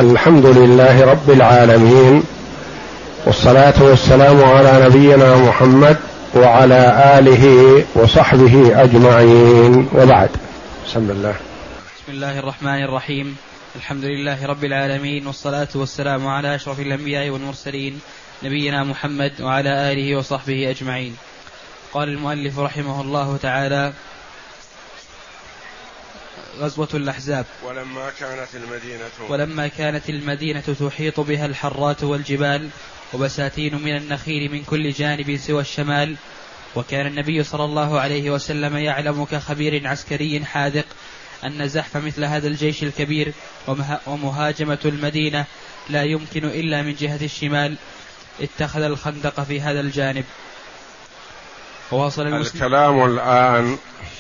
الحمد لله رب العالمين، والصلاة والسلام على نبينا محمد وعلى آله وصحبه أجمعين، وبعد. بسم الله الرحمن الرحيم. الحمد لله رب العالمين، والصلاة والسلام على أشرف الأنبياء والمرسلين نبينا محمد وعلى آله وصحبه أجمعين. قال المؤلف رحمه الله تعالى: غزوة الأحزاب. ولما كانت المدينة تحيط بها الحرات والجبال وبساتين من النخيل من كل جانب سوى الشمال، وكان النبي صلى الله عليه وسلم يعلم كخبير عسكري حاذق أن زحف مثل هذا الجيش الكبير ومهاجمة المدينة لا يمكن إلا من جهة الشمال، اتخذ الخندق في هذا الجانب. الكلام الآن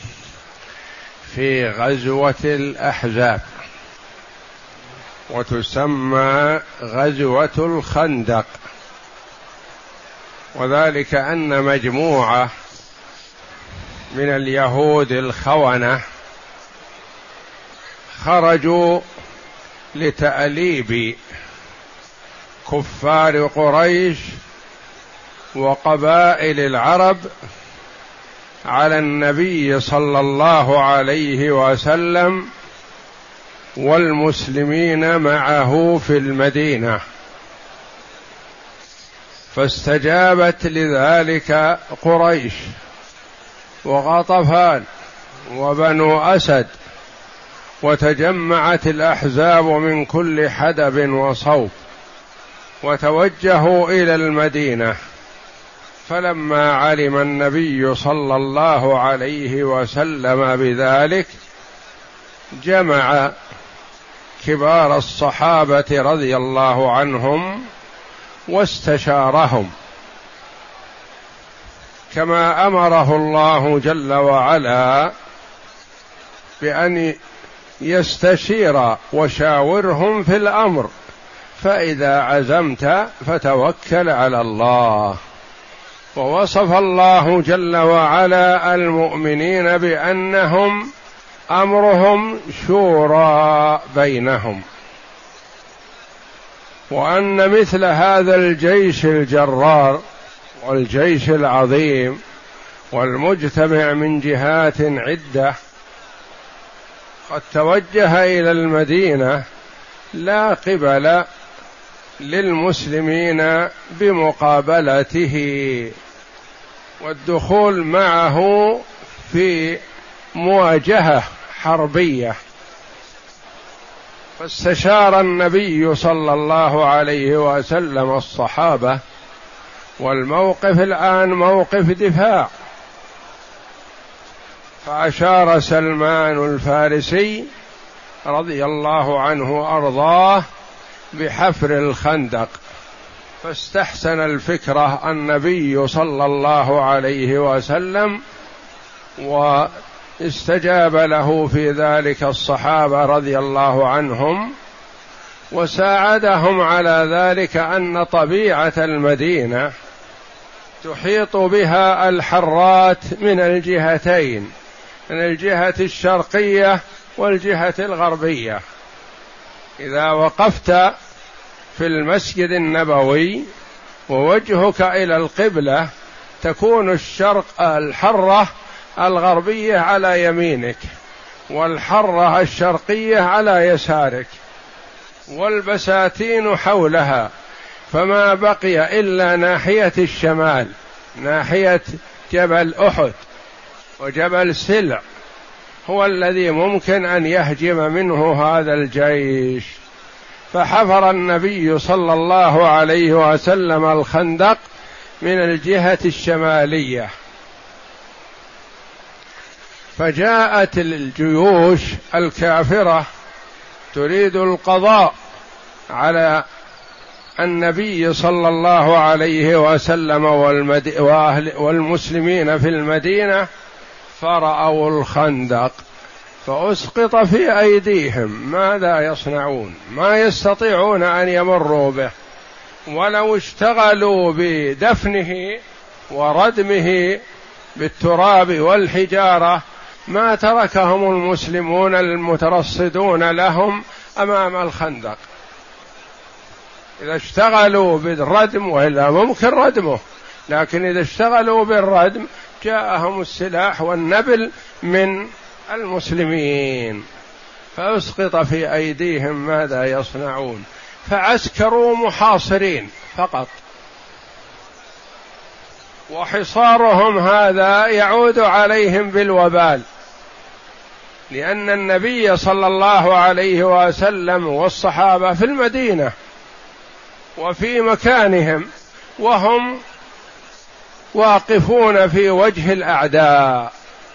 في غزوة الأحزاب، وتسمى غزوة الخندق، وذلك أن مجموعة من اليهود الخونة خرجوا لتأليب كفار قريش وقبائل العرب على النبي صلى الله عليه وسلم والمسلمين معه في المدينة، فاستجابت لذلك قريش وغطفان وبنو أسد، وتجمعت الأحزاب من كل حدب وصوب وتوجهوا إلى المدينة. فلما علم النبي صلى الله عليه وسلم بذلك جمع كبار الصحابة رضي الله عنهم واستشارهم كما أمره الله جل وعلا بأن يستشير وشاورهم في الأمر، فإذا عزمت فتوكل على الله. ووصف الله جل وعلا المؤمنين بأنهم أمرهم شورى بينهم، وأن مثل هذا الجيش الجرار والجيش العظيم والمجتمع من جهات عدة قد توجه إلى المدينة لا قبل للمسلمين بمقابلته والدخول معه في مواجهة حربية. فاستشار النبي صلى الله عليه وسلم الصحابة، والموقف الآن موقف دفاع، فأشار سلمان الفارسي رضي الله عنه وأرضاه بحفر الخندق، فاستحسن الفكرة النبي صلى الله عليه وسلم واستجاب له في ذلك الصحابة رضي الله عنهم، وساعدهم على ذلك أن طبيعة المدينة تحيط بها الحرات من الجهتين، من الجهة الشرقية والجهة الغربية. إذا وقفت في المسجد النبوي ووجهك إلى القبلة تكون الحرة الغربية على يمينك، والحرة الشرقية على يسارك، والبساتين حولها، فما بقي إلا ناحية الشمال، ناحية جبل أحد وجبل سلع، هو الذي ممكن أن يهجم منه هذا الجيش. فحفر النبي صلى الله عليه وسلم الخندق من الجهة الشمالية، فجاءت الجيوش الكافرة تريد القضاء على النبي صلى الله عليه وسلم والمسلمين في المدينة، فرأوا الخندق فأسقط في أيديهم، ماذا يصنعون؟ ما يستطيعون أن يمروا به، ولو اشتغلوا بدفنه وردمه بالتراب والحجارة ما تركهم المسلمون المترصدون لهم أمام الخندق، إذا اشتغلوا بالردم، وإلا ممكن ردمه، لكن إذا اشتغلوا بالردم جاءهم السلاح والنبل من المسلمين، فأسقط في أيديهم ماذا يصنعون، فعسكروا محاصرين فقط. وحصارهم هذا يعود عليهم بالوبال، لأن النبي صلى الله عليه وسلم والصحابة في المدينة وفي مكانهم، وهم واقفون في وجه الأعداء،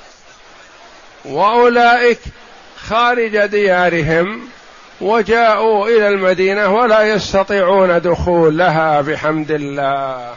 وأولئك خارج ديارهم وجاءوا إلى المدينة ولا يستطيعون دخولها بحمد الله،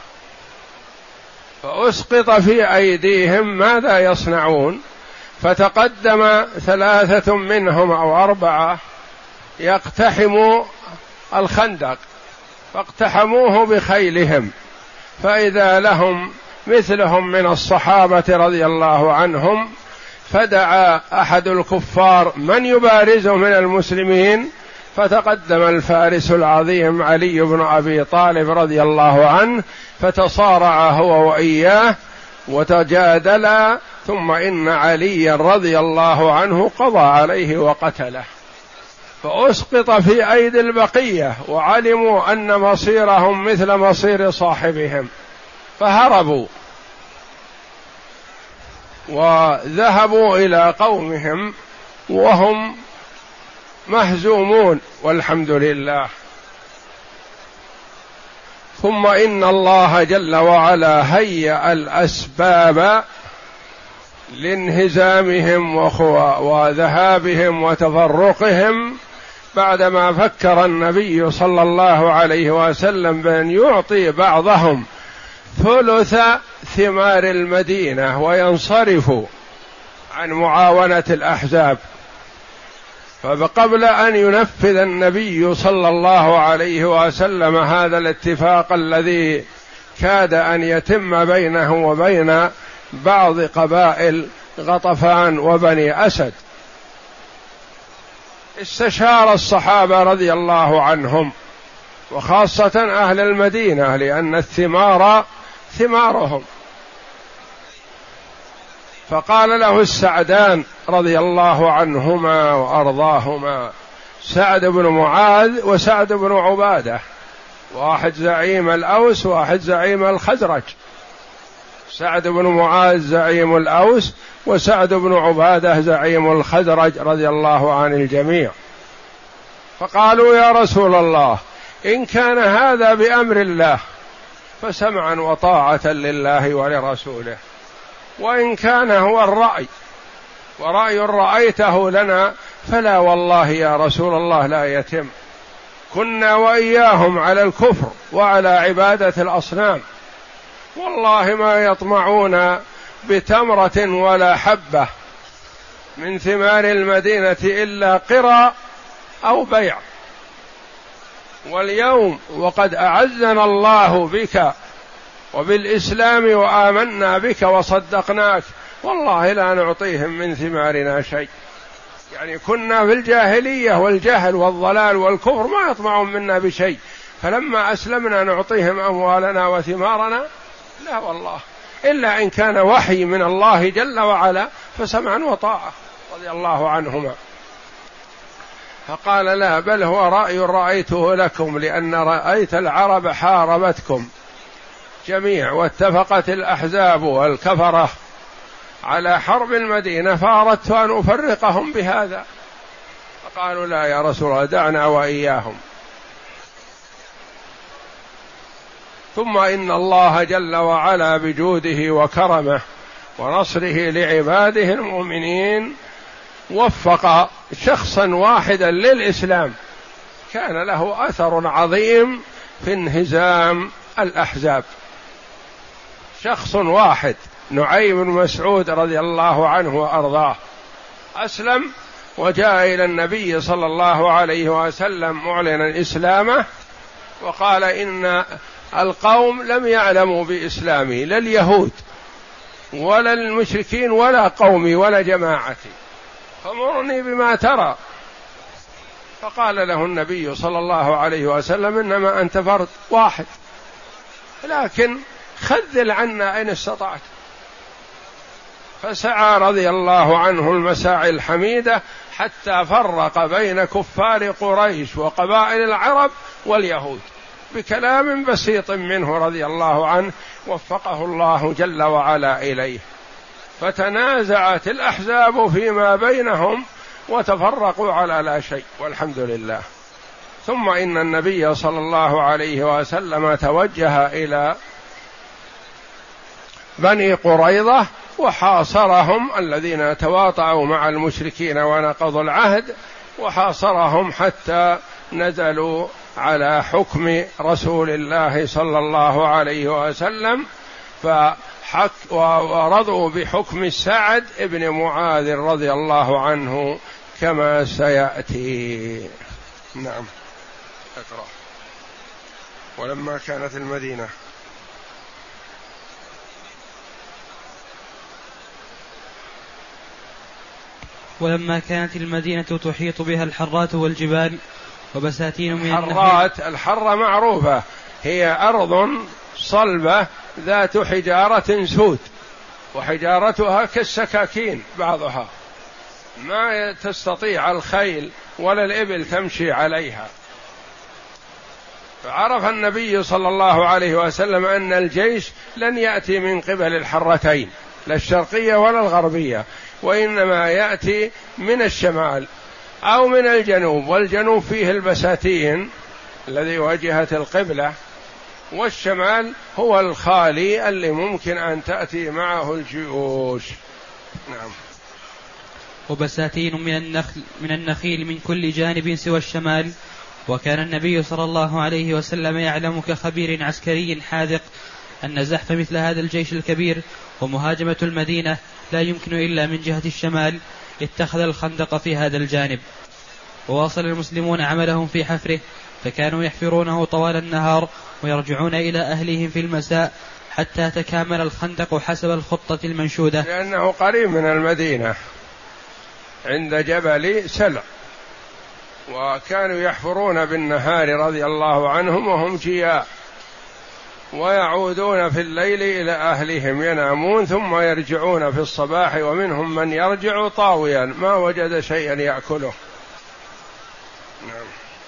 فأسقط في أيديهم ماذا يصنعون. فتقدم 3 منهم أو 4 يقتحموا الخندق، فاقتحموه بخيلهم، فإذا لهم مثلهم من الصحابة رضي الله عنهم، فدعا أحد الكفار من يبارزه من المسلمين، فتقدم الفارس العظيم علي بن أبي طالب رضي الله عنه، فتصارع هو وإياه وتجادلا، ثم إن علي رضي الله عنه قضى عليه وقتله، فأسقط في أيدي البقية، وعلموا أن مصيرهم مثل مصير صاحبهم، فهربوا وذهبوا إلى قومهم وهم مهزومون والحمد لله. ثم إن الله جل وعلا هيأ الأسباب لانهزامهم وذهابهم وتفرقهم، بعدما فكر النبي صلى الله عليه وسلم بأن يعطي بعضهم ثلث ثمار المدينة وينصرفوا عن معاونة الأحزاب. فقبل أن ينفذ النبي صلى الله عليه وسلم هذا الاتفاق الذي كاد أن يتم بينه وبين بعض قبائل غطفان وبني أسد، استشار الصحابة رضي الله عنهم وخاصة أهل المدينة، لأن الثمار ثمارهم، فقال له السعدان رضي الله عنهما وأرضاهما، سعد بن معاذ وسعد بن عبادة، واحد زعيم الأوس واحد زعيم الخزرج، سعد بن معاذ زعيم الأوس وسعد بن عبادة زعيم الخزرج رضي الله عن الجميع. فقالوا يا رسول الله إن كان هذا بأمر الله فسمعا وطاعة لله ولرسوله، وإن كان هو الرأي ورأي رأيته لنا فلا والله يا رسول الله لا يتم، كنا وإياهم على الكفر وعلى عبادة الأصنام، والله ما يطمعون بتمرة ولا حبة من ثمار المدينة إلا قرى أو بيع، واليوم وقد أعزنا الله بك وبالإسلام وآمنا بك وصدقناك، والله لا نعطيهم من ثمارنا شيء. يعني كنا في الجاهلية والجهل والضلال والكفر ما يطمعون منا بشيء، فلما أسلمنا نعطيهم أموالنا وثمارنا؟ لا والله، إلا إن كان وحي من الله جل وعلا فسمعا وطاعة رضي الله عنهما. فقال لا، بل هو رأي رأيته لكم، لأن رأيت العرب حاربتكم جميع واتفقت الأحزاب والكفرة على حرب المدينة، فأردت أن أفرقهم بهذا. فقالوا لا يا رسول الله دعنا وإياهم. ثم إن الله جل وعلا بجوده وكرمه ونصره لعباده المؤمنين وفق شخصا واحدا للإسلام كان له أثر عظيم في انهزام الأحزاب. شخص واحد، نعيم بن مسعود رضي الله عنه وأرضاه، أسلم وجاء إلى النبي صلى الله عليه وسلم معلنا إسلامه، وقال إن القوم لم يعلموا بإسلامي، لا اليهود ولا المشركين ولا قومي ولا جماعتي، فمرني بما ترى. فقال له النبي صلى الله عليه وسلم: إنما أنت فرد واحد، لكن خذل عنا إن استطعت. فسعى رضي الله عنه المساعي الحميدة حتى فرق بين كفار قريش وقبائل العرب واليهود بكلام بسيط منه رضي الله عنه، وفقه الله جل وعلا إليه. فتنازعت الأحزاب فيما بينهم وتفرقوا على لا شيء، والحمد لله. ثم إن النبي صلى الله عليه وسلم توجه إلى بني قريظة وحاصرهم، الذين تواطؤوا مع المشركين ونقضوا العهد، وحاصرهم حتى نزلوا على حكم رسول الله صلى الله عليه وسلم، ورضوا بحكم سعد بن معاذ رضي الله عنه كما سيأتي. نعم، اقرأ. ولما كانت المدينة تحيط بها الحرات والجبال وبساتين من الحرات، الحرة معروفة، هي أرض صلبة ذات حجارة سود، وحجارتها كالسكاكين بعضها، ما تستطيع الخيل ولا الإبل تمشي عليها. فعرف النبي صلى الله عليه وسلم أن الجيش لن يأتي من قبل الحرتين، لا الشرقية ولا الغربية، وإنما يأتي من الشمال أو من الجنوب، والجنوب فيه البساتين الذي واجهة القبلة، والشمال هو الخالي اللي ممكن أن تأتي معه الجيوش. نعم. وبساتين من النخيل من كل جانب سوى الشمال. وكان النبي صلى الله عليه وسلم يعلم كخبير عسكري حاذق أن زحف مثل هذا الجيش الكبير ومهاجمة المدينة لا يمكن إلا من جهة الشمال، اتخذ الخندق في هذا الجانب. وواصل المسلمون عملهم في حفره، فكانوا يحفرونه طوال النهار ويرجعون إلى أهلهم في المساء حتى تكامل الخندق حسب الخطة المنشودة، لأنه قريب من المدينة عند جبل سلع، وكانوا يحفرون بالنهار رضي الله عنهم وهم جياع، ويعودون في الليل إلى أهلهم ينامون، ثم يرجعون في الصباح، ومنهم من يرجع طاويا ما وجد شيئا يأكله. نعم.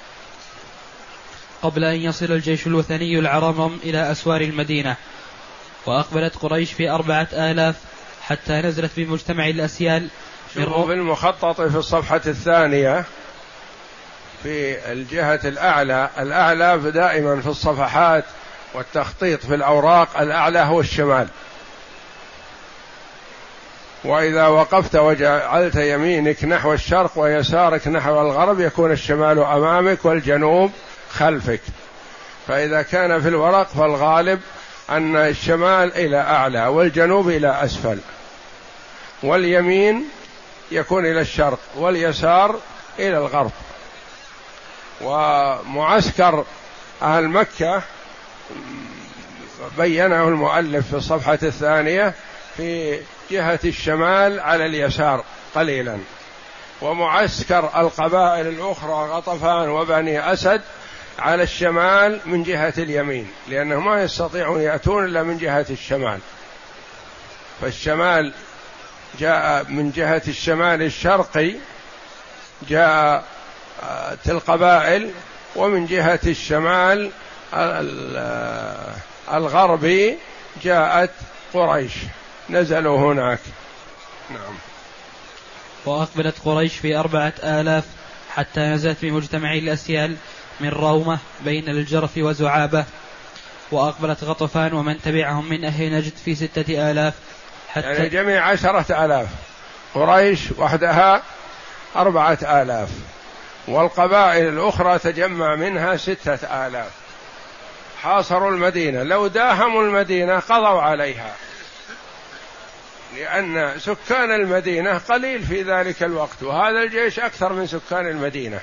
قبل أن يصل الجيش الوثني العرمرم إلى أسوار المدينة، وأقبلت قريش في 4000 حتى نزلت بمجتمع الأسيال. في المخطط في الصفحة الثانية في الجهة الأعلى دائما في الصفحات والتخطيط في الأوراق الأعلى هو الشمال، وإذا وقفت وجعلت يمينك نحو الشرق ويسارك نحو الغرب يكون الشمال أمامك والجنوب خلفك. فإذا كان في الورق فالغالب أن الشمال إلى أعلى والجنوب إلى أسفل، واليمين يكون إلى الشرق واليسار إلى الغرب. ومعسكر أهل مكة بينه المؤلف في الصفحة الثانية في جهة الشمال على اليسار قليلا، ومعسكر القبائل الأخرى غطفان وبني أسد على الشمال من جهة اليمين، لأنهم ما يستطيعون يأتون إلا من جهة الشمال. فالشمال جاء من جهة الشمال الشرقي جاء القبائل، ومن جهة الشمال الغربي جاءت قريش، نزلوا هناك. نعم. وأقبلت قريش في 4000 حتى نزلت بمجتمع الأسيال من رومة بين الجرف وزعابة. وأقبلت غطفان ومن تبعهم من أهل نجد في 6000 حتى يعني جميع 10,000، قريش وحدها 4000، والقبائل الأخرى تجمع منها 6000. حاصروا المدينة، لو داهموا المدينة قضوا عليها، لأن سكان المدينة قليل في ذلك الوقت، وهذا الجيش أكثر من سكان المدينة.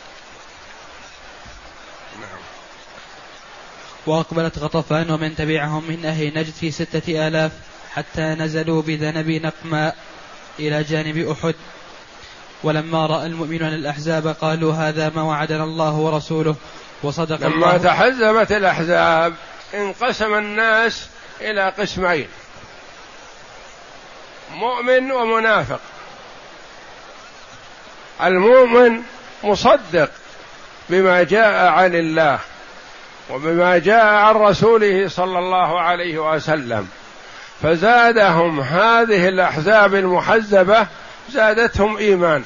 نعم. وأقبلت غطفان ومن تبعهم من أهل نجد في 6000 حتى نزلوا بذنب نقماء إلى جانب أحد. ولما رأى المؤمنون الأحزاب قالوا هذا ما وعدنا الله ورسوله وصدق الله. لما تحزبت الأحزاب انقسم الناس إلى قسمين: مؤمن ومنافق. المؤمن مصدق بما جاء عن الله وبما جاء عن رسوله صلى الله عليه وسلم، فزادهم هذه الأحزاب المحزبة زادتهم إيمان.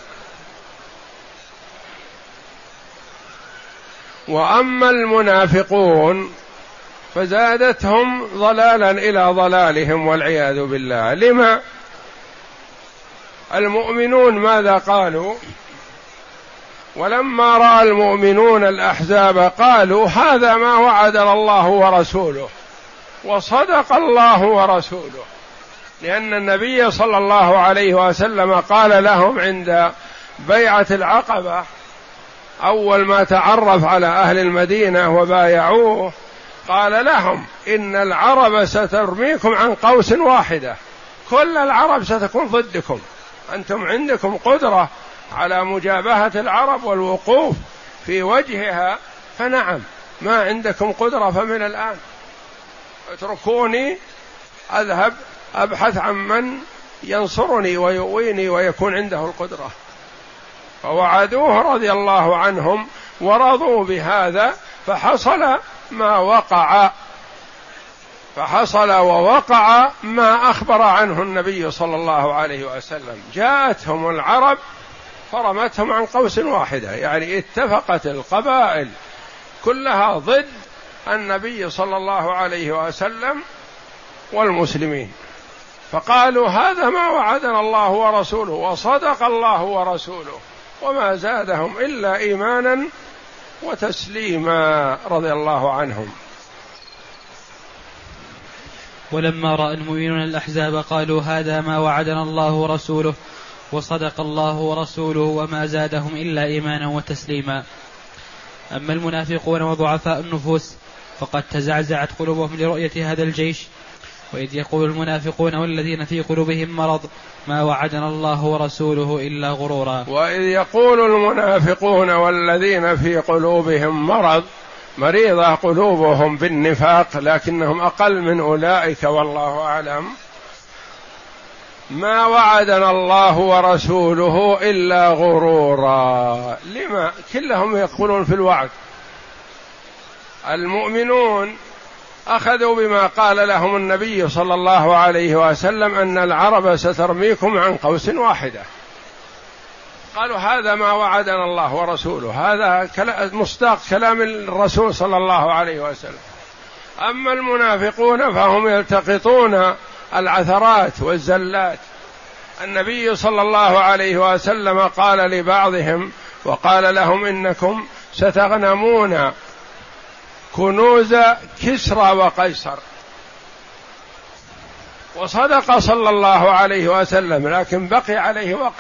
وأما المنافقون فزادتهم ضلالا إلى ضلالهم والعياذ بالله. لما؟ المؤمنون ماذا قالوا؟ ولما رأى المؤمنون الأحزاب قالوا هذا ما وعدنا الله ورسوله وصدق الله ورسوله، لأن النبي صلى الله عليه وسلم قال لهم عند بيعة العقبة أول ما تعرف على أهل المدينة وبايعوه، قال لهم إن العرب سترميكم عن قوس واحدة، كل العرب ستكون ضدكم، أنتم عندكم قدرة على مجابهة العرب والوقوف في وجهها، فنعم ما عندكم قدرة فمن الآن اتركوني أذهب أبحث عن من ينصرني ويؤويني ويكون عنده القدرة. فوعدوه رضي الله عنهم ورضوا بهذا، فحصل ووقع ما أخبر عنه النبي صلى الله عليه وسلم. جاءتهم العرب فرمتهم عن قوس واحدة، يعني اتفقت القبائل كلها ضد النبي صلى الله عليه وسلم والمسلمين، فقالوا هذا ما وعدنا الله ورسوله وصدق الله ورسوله، وما زادهم إلا إيمانا وتسليما رضي الله عنهم. ولما رأى المؤمنون الأحزاب قالوا هذا ما وعدنا الله ورسوله وصدق الله ورسوله وما زادهم إلا إيمانا وتسليما. أما المنافقون وضعفاء النفوس فقد تزعزعت قلوبهم لرؤية هذا الجيش، وإذ يقول المنافقون والذين في قلوبهم مرض ما وعدنا الله ورسوله إلا غرورا. وإذ يقول المنافقون والذين في قلوبهم مرض، مريضة قلوبهم بالنفاق لكنهم أقل من أولئك والله أعلم، ما وعدنا الله ورسوله إلا غرورا. لما؟ كلهم يقولون في الوعد. المؤمنون أخذوا بما قال لهم النبي صلى الله عليه وسلم أن العرب سترميكم عن قوس واحدة، قالوا هذا ما وعدنا الله ورسوله، هذا مصداق كلام الرسول صلى الله عليه وسلم. أما المنافقون فهم يلتقطون العثرات والزلات. النبي صلى الله عليه وسلم قال لبعضهم وقال لهم إنكم ستغنمون كنوز كسرى وقيصر، وصدق صلى الله عليه وسلم، لكن بقي عليه وقت.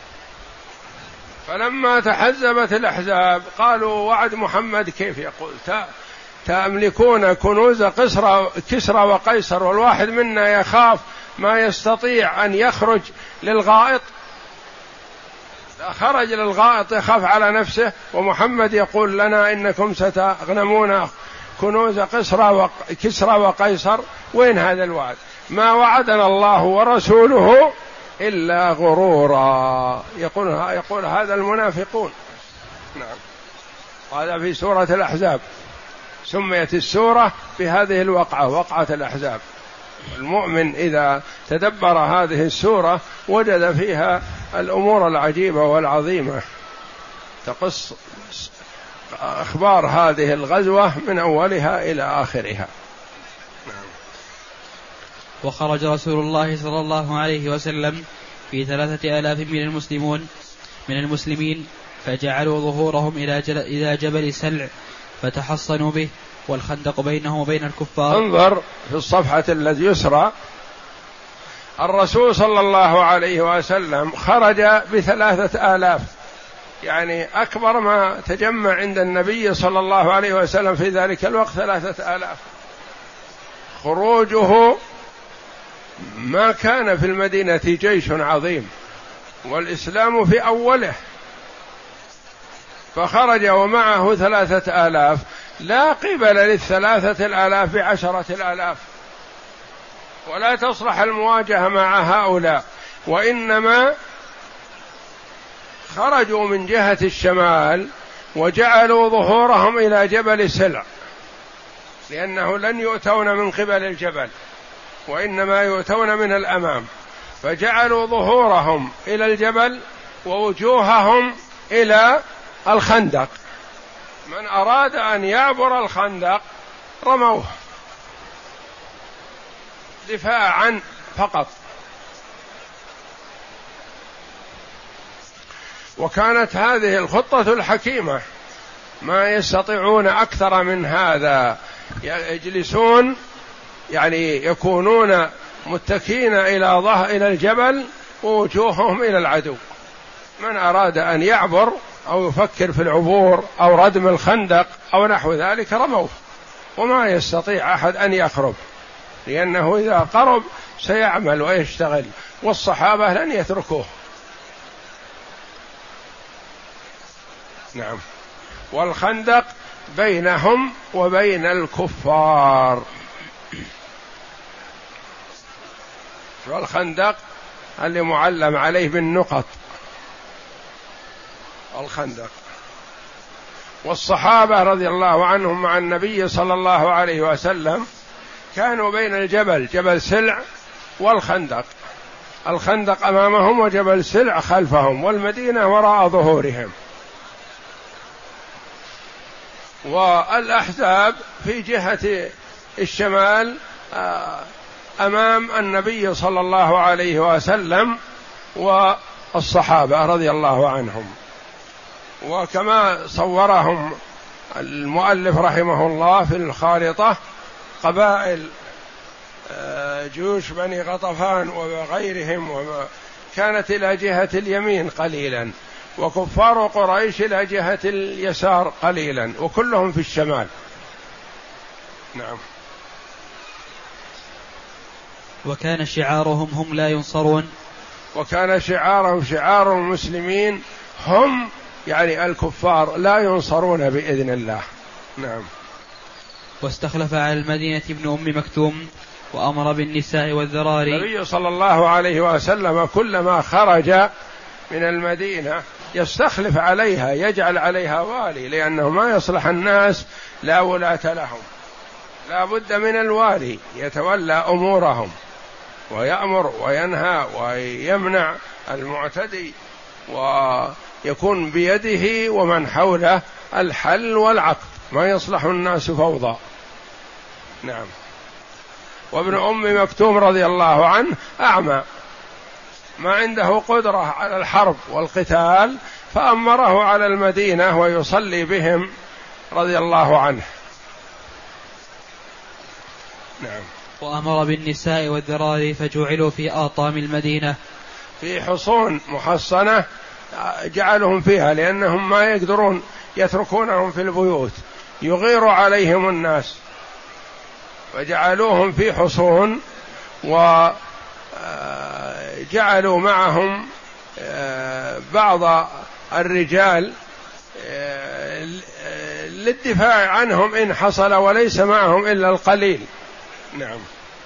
فلما تحزبت الأحزاب قالوا وعد محمد كيف يقول تملكون كنوز كسرى وقيصر، والواحد منا يخاف ما يستطيع أن يخرج للغائط، خرج للغائط يخاف على نفسه، ومحمد يقول لنا إنكم ستغنمون كنوز كسرى وقيصر. وين هذا الوعد؟ ما وعدنا الله ورسوله إلا غرورا. يقول هذا المنافقون. نعم، هذا في سورة الأحزاب، سميت السورة بهذه الوقعة، وقعة الأحزاب. المؤمن إذا تدبر هذه السورة وجد فيها الأمور العجيبة والعظيمة، تقص أخبار هذه الغزوة من أولها إلى آخرها. وخرج رسول الله صلى الله عليه وسلم في 3000 من المسلمين، فجعلوا ظهورهم إلى جبل سلع فتحصنوا به، والخندق بينه وبين الكفار. انظر في الصفحة التي يسرى، الرسول صلى الله عليه وسلم خرج ب3000، يعني أكبر ما تجمع عند النبي صلى الله عليه وسلم في ذلك الوقت 3000. خروجه ما كان في المدينة جيش عظيم، والإسلام في أوله، فخرج ومعه 3000، لا قبل ل3,000 ب10,000، ولا تصلح المواجهة مع هؤلاء، وإنما خرجوا من جهة الشمال وجعلوا ظهورهم إلى جبل سلع، لأنه لن يؤتون من قبل الجبل وإنما يؤتون من الأمام، فجعلوا ظهورهم إلى الجبل ووجوههم إلى الخندق. من أراد أن يعبر الخندق رموه دفاعا فقط. وكانت هذه الخطة الحكيمة، ما يستطيعون أكثر من هذا، يجلسون يعني يكونون متكين إلى الجبل ووجوههم إلى العدو. من أراد أن يعبر أو يفكر في العبور أو ردم الخندق أو نحو ذلك رموه، وما يستطيع أحد أن يقرب، لأنه إذا قرب سيعمل ويشتغل، والصحابة لن يتركوه. نعم. والخندق بينهم وبين الكفار، والخندق اللي معلم عليه بالنقط الخندق. والصحابة رضي الله عنهم مع النبي صلى الله عليه وسلم كانوا بين الجبل، جبل سلع والخندق، الخندق أمامهم وجبل سلع خلفهم، والمدينة وراء ظهورهم، والأحزاب في جهة الشمال أمام النبي صلى الله عليه وسلم والصحابة رضي الله عنهم. وكما صورهم المؤلف رحمه الله في الخارطة، قبائل جيوش بني غطفان وغيرهم كانت إلى جهة اليمين قليلا، وكفار قريش إلى جهة اليسار قليلا، وكلهم في الشمال. نعم. وكان شعارهم هم لا ينصرون، وكان شعارهم شعار المسلمين هم يعني الكفار لا ينصرون بإذن الله. نعم. واستخلف على المدينة ابن أم مكتوم وأمر بالنساء والذراري. النبي صلى الله عليه وسلم كلما خرج من المدينة يستخلف عليها، يجعل عليها والي، لأنه ما يصلح الناس لا ولاة لهم، لا بد من الوالي يتولى أمورهم ويأمر وينهى ويمنع المعتدي، ويكون بيده ومن حوله الحل والعقد، ما يصلح الناس فوضى. نعم. وابن أم مكتوم رضي الله عنه أعمى، ما عنده قدرة على الحرب والقتال، فأمره على المدينة ويصلي بهم رضي الله عنه. نعم. وأمر بالنساء والذراري فجعلوا في آطام المدينة، في حصون محصنة جعلهم فيها، لأنهم ما يقدرون يتركونهم في البيوت، يغير عليهم الناس، فجعلوهم في حصون، وجعلوا معهم بعض الرجال للدفاع عنهم إن حصل، وليس معهم إلا القليل. نعم.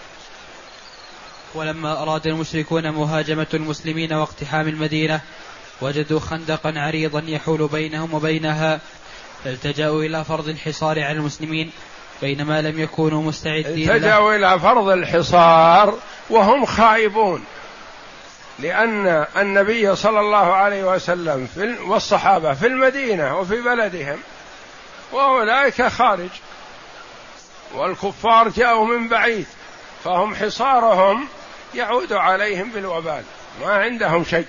ولما أراد المشركون مهاجمة المسلمين واقتحام المدينة وجدوا خندقا عريضا يحول بينهم وبينها، التجأوا إلى فرض الحصار على المسلمين بينما لم يكونوا مستعدين. التجأوا إلى فرض الحصار وهم خائبون، لأن النبي صلى الله عليه وسلم والصحابة في المدينة وفي بلدهم، وأولئك خارج، والكفار جاءوا من بعيد، فهم حصارهم يعود عليهم بالوبال، ما عندهم شيء.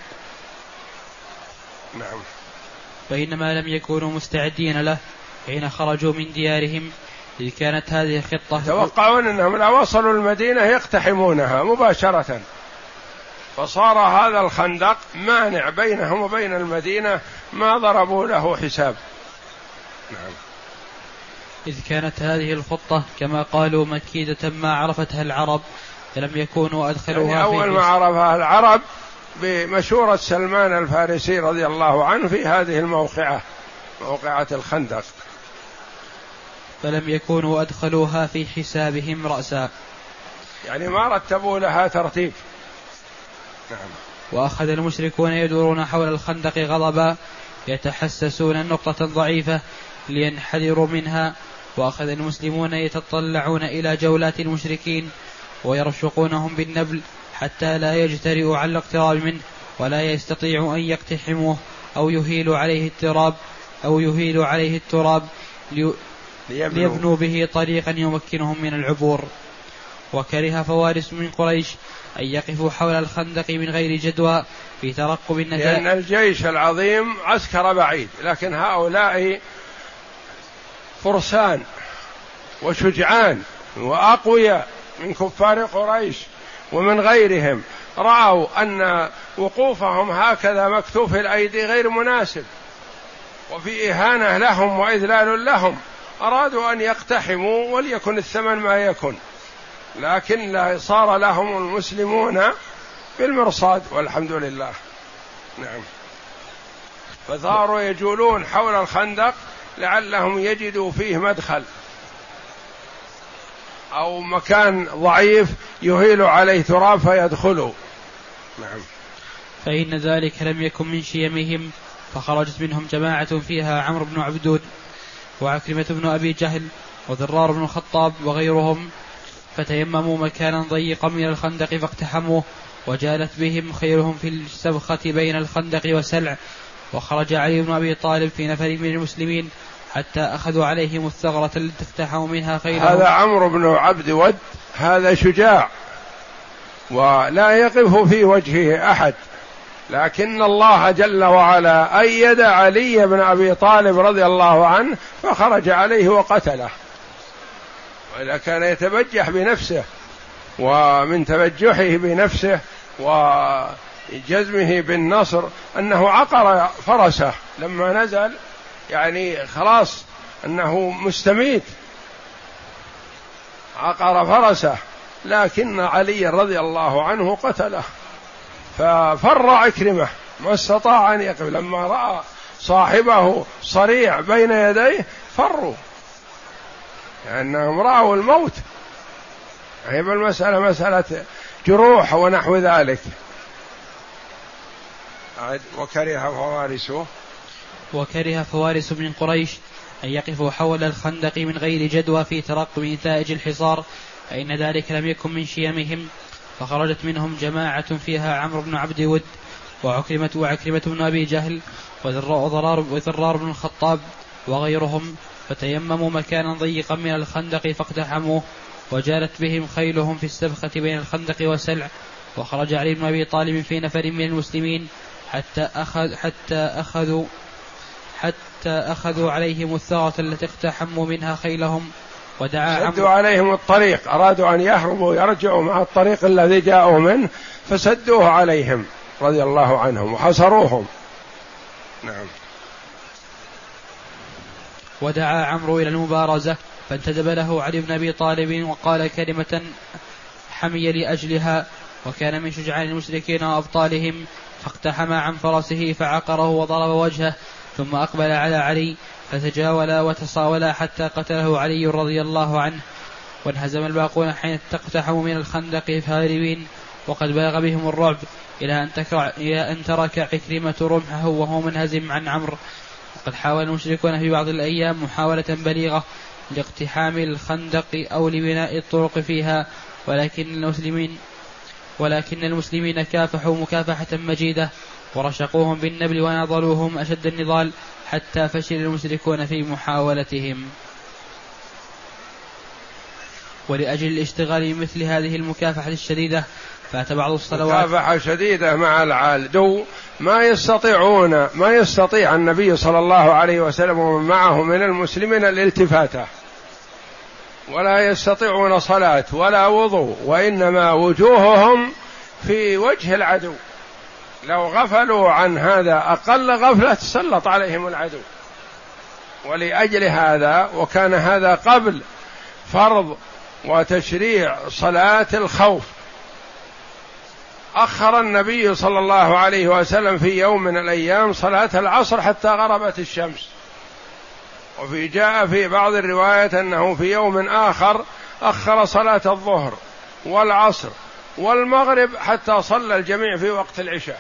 نعم. بينما لم يكونوا مستعدين له حين خرجوا من ديارهم، إذ كانت هذه الخطة توقعون أنهم لو وصلوا المدينة يقتحمونها مباشرة، فصار هذا الخندق مانع بينهم وبين المدينة، ما ضربوا له حساب. نعم. إذ كانت هذه الخطة كما قالوا مكيدة ما عرفتها العرب، فلم يكونوا أدخلوها يعني أول ما عرفها العرب بمشورة سلمان الفارسي رضي الله عنه في هذه الموقعة، موقعة الخندق. فلم يكونوا أدخلوها في حسابهم رأسا، يعني ما رتبوا لها ترتيب. نعم. وأخذ المشركون يدورون حول الخندق غضبا يتحسسون النقطة ضعيفة لينحدروا منها، وأخذ المسلمون يتطلعون إلى جولات المشركين ويرشقونهم بالنبل حتى لا يجترئوا على الاقتراب منه ولا يستطيعوا أن يقتحموه أو يهيلوا عليه التراب ليبنوا به طريقا يمكنهم من العبور. وكره فوارس من قريش أن يقفوا حول الخندق من غير جدوى في ترقب النتائج، لأن الجيش العظيم عسكر بعيد، لكن هؤلاء فرسان وشجعان وأقوياء من كفار قريش ومن غيرهم، رأوا أن وقوفهم هكذا مكتوف الأيدي غير مناسب وفي إهانة لهم وإذلال لهم، أرادوا أن يقتحموا وليكن الثمن ما يكن، لكن لا صار لهم المسلمون بالمرصاد والحمد لله. نعم. فصاروا يجولون حول الخندق لعلهم يجدوا فيه مدخل أو مكان ضعيف يهيل عليه تراب فيدخلوا. نعم. فإن ذلك لم يكن من شيمهم، فخرجت منهم جماعة فيها عمرو بن عبدود وعكرمة بن أبي جهل وذرار بن الخطاب وغيرهم، فتيمموا مكانا ضيقا من الخندق فاقتحموه، وجالت بهم خيلهم في السبخة بين الخندق وسلع. وخرج علي بن أبي طالب في نفر من المسلمين حتى أخذوا عليهم الثغرة التي اقتحموا منها خيلهم. هذا عمرو بن عبد ود، هذا شجاع ولا يقف في وجهه أحد، لكن الله جل وعلا أيد علي بن أبي طالب رضي الله عنه فخرج عليه وقتله، وإذا كان يتبجح بنفسه، ومن تبجحه بنفسه وجزمه بالنصر أنه عقر فرسه لما نزل، يعني خلاص أنه مستميت، عقر فرسه، لكن علي رضي الله عنه قتله. ففر عكرمة ما استطاع أن يقف، لما رأى صاحبه صريع بين يديه فروا، لأنهم رأوا الموت. هي المسألة مسألة جروح ونحو ذلك. وكره فوارس من قريش أن يقفوا حول الخندق من غير جدوى في ترقب نتائج الحصار، فإن ذلك لم يكن من شيمهم، فخرجت منهم جماعة فيها عمرو بن عبد ود وعكرمة بن أبي جهل وذرار بن الخطاب وغيرهم، فتيمموا مكانا ضيقا من الخندق فاقتحموه، وجالت بهم خيلهم في السبخة بين الخندق وسلع. وخرج علي بن أبي طالب في نفر من المسلمين حتى أخذوا عليهم الثغرة التي اقتحموا منها خيلهم، سدوا عليهم الطريق، أرادوا أن يهربوا يرجعوا مع الطريق الذي جاءوا منه فسدوه عليهم رضي الله عنهم وحصروهم. نعم. ودعا عمرو إلى المبارزة فانتدب له علي بن أبي طالب وقال كلمة حمي لأجلها، وكان من شجعان المشركين وأبطالهم، فاقتحم عن فرسه فعقره وضرب وجهه، ثم أقبل على علي فتجاولا وتصاولا حتى قتله علي رضي الله عنه. وانهزم الباقون حين اقتحموا من الخندق هاربين، وقد بلغ بهم الرعب إلى أن ترك عكرمة رمحه وهو منهزم عن عمرو. وقد حاول المشركون في بعض الأيام محاولة بليغة لاقتحام الخندق أو لبناء الطرق فيها، ولكن المسلمين كافحوا مكافحة مجيدة ورشقوهم بالنبل وناضلوهم أشد النضال حتى فشل المشركون في محاولتهم. ولأجل الاشتغال بمثل هذه المكافحة الشديدة فات بعض الصلوات مكافحة شديدة مع العدو ما يستطيع النبي صلى الله عليه وسلم ومن معه من المسلمين الالتفاتة، ولا يستطيعون صلاة ولا وضوء، وإنما وجوههم في وجه العدو. لو غفلوا عن هذا أقل غفلة تسلط عليهم العدو. ولأجل هذا، وكان هذا قبل فرض وتشريع صلاة الخوف، أخر النبي صلى الله عليه وسلم في يوم من الأيام صلاة العصر حتى غربت الشمس. وفي جاء في بعض الروايات أنه في يوم آخر أخر صلاة الظهر والعصر والمغرب حتى صلى الجميع في وقت العشاء،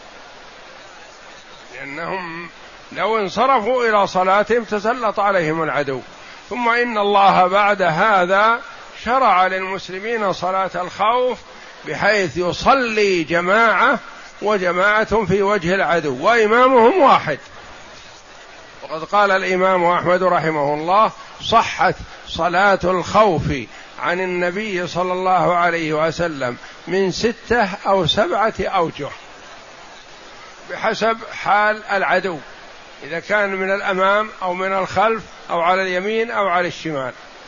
لأنهم لو انصرفوا إلى صلاتهم تسلط عليهم العدو. ثم إن الله بعد هذا شرع للمسلمين صلاة الخوف بحيث يصلي جماعة وجماعة في وجه العدو وإمامهم واحد. وقد قال الإمام أحمد رحمه الله: صحت صلاة الخوف عن النبي صلى الله عليه وسلم من 6 أو 7 أوجه بحسب حال العدو، إذا كان من الأمام أو من الخلف أو على اليمين أو على الشمال،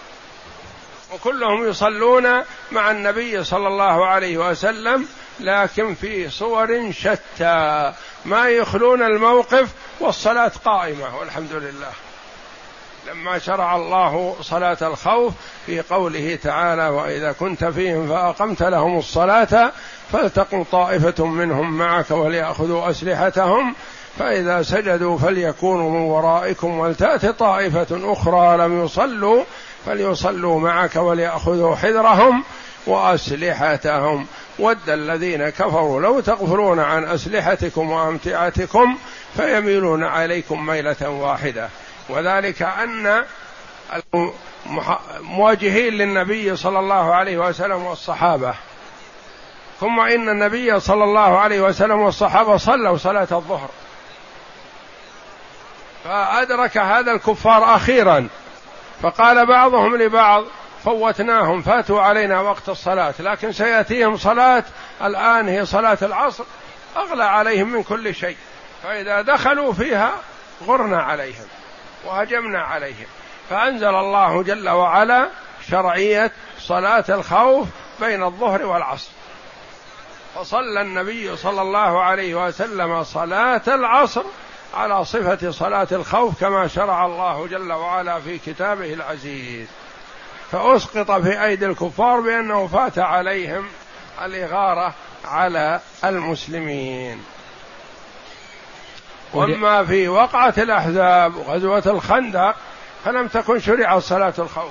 وكلهم يصلون مع النبي صلى الله عليه وسلم لكن في صور شتى ما يخلون الموقف، والصلاة قائمة والحمد لله. لما شرع الله صلاة الخوف في قوله تعالى: وإذا كنت فيهم فأقمت لهم الصلاة فلتقم طائفة منهم معك وليأخذوا أسلحتهم فإذا سجدوا فليكونوا من ورائكم ولتأت طائفة أخرى لم يصلوا فليصلوا معك وليأخذوا حذرهم وأسلحتهم ود الذين كفروا لو تغفلون عن أسلحتكم وأمتعتكم فيميلون عليكم ميلة واحدة. وذلك أن المواجهين للنبي صلى الله عليه وسلم والصحابة، ثم إن النبي صلى الله عليه وسلم والصحابة صلوا صلاة الظهر، فأدرك هذا الكفار أخيرا، فقال بعضهم لبعض: فوتناهم، فاتوا علينا وقت الصلاة، لكن سيأتيهم صلاة الآن هي صلاة العصر أغلى عليهم من كل شيء، فإذا دخلوا فيها غرنا عليهم وهجمنا عليهم. فأنزل الله جل وعلا شرعية صلاة الخوف بين الظهر والعصر، فصلى النبي صلى الله عليه وسلم صلاة العصر على صفة صلاة الخوف كما شرع الله جل وعلا في كتابه العزيز، فأسقط في أيدي الكفار بأنه فات عليهم الإغارة على المسلمين. وأما في وقعة الأحزاب وغزوة الخندق فلم تكن شرعت صلاة الخوف،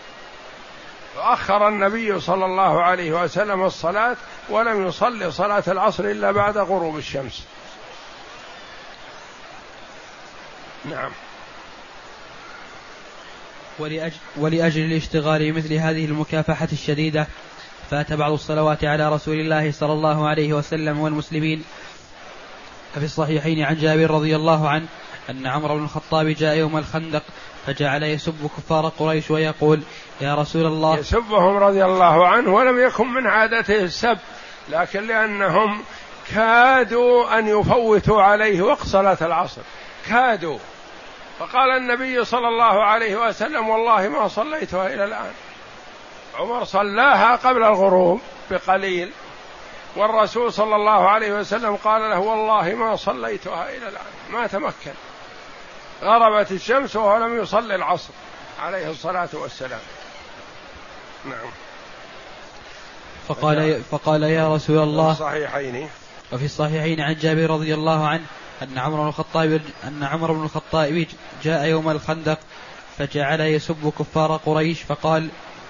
فأخر النبي صلى الله عليه وسلم الصلاة ولم يصلي صلاة العصر إلا بعد غروب الشمس. نعم. ولأجل الاشتغال بمثل هذه المكافحة الشديدة فات بعض الصلوات على رسول الله صلى الله عليه وسلم والمسلمين. ففي الصحيحين عن جابر رضي الله عنه أن عمرو بن الخطاب جاء يوم الخندق فجعل يسب كفار قريش ويقول: يا رسول الله، يسبهم رضي الله عنه، ولم يكن من عادته السب، لكن لأنهم كادوا أن يفوتوا عليه وقت صلاة العصر، كادوا، فقال النبي صلى الله عليه وسلم: والله ما صليتها إلى الآن. عمر صلاها قبل الغروب بقليل، والرسول صلى الله عليه وسلم قال له: والله ما صليتها إلى الآن، ما تمكن، غربت الشمس وهو لم يصلي العصر عليه الصلاة والسلام. نعم. فقال يا رسول الله، الصحيحين وفي الصحيحين عن جابر رضي الله عنه أن عمرو بن الخطاب جاء يوم الخندق فجعل يسب كفار قريش فقال: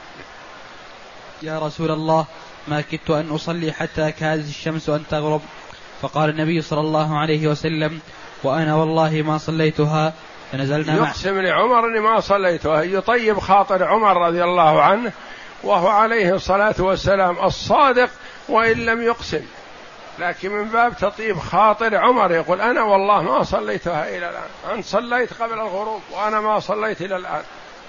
يا رسول الله، ما كدت أن أصلي حتى كادت الشمس أن تغرب. فقال النبي صلى الله عليه وسلم: وأنا والله ما صليتها. فنزلنا يقسم لعمر أني ما صليتها، يطيب خاطر عمر رضي الله عنه، وهو عليه الصلاة والسلام الصادق وإن لم يقسم، لكن من باب تطيب خاطر عمر يقول: أنا والله ما صليتها إلى الآن، أنت صليت قبل الغروب وأنا ما صليت إلى الآن.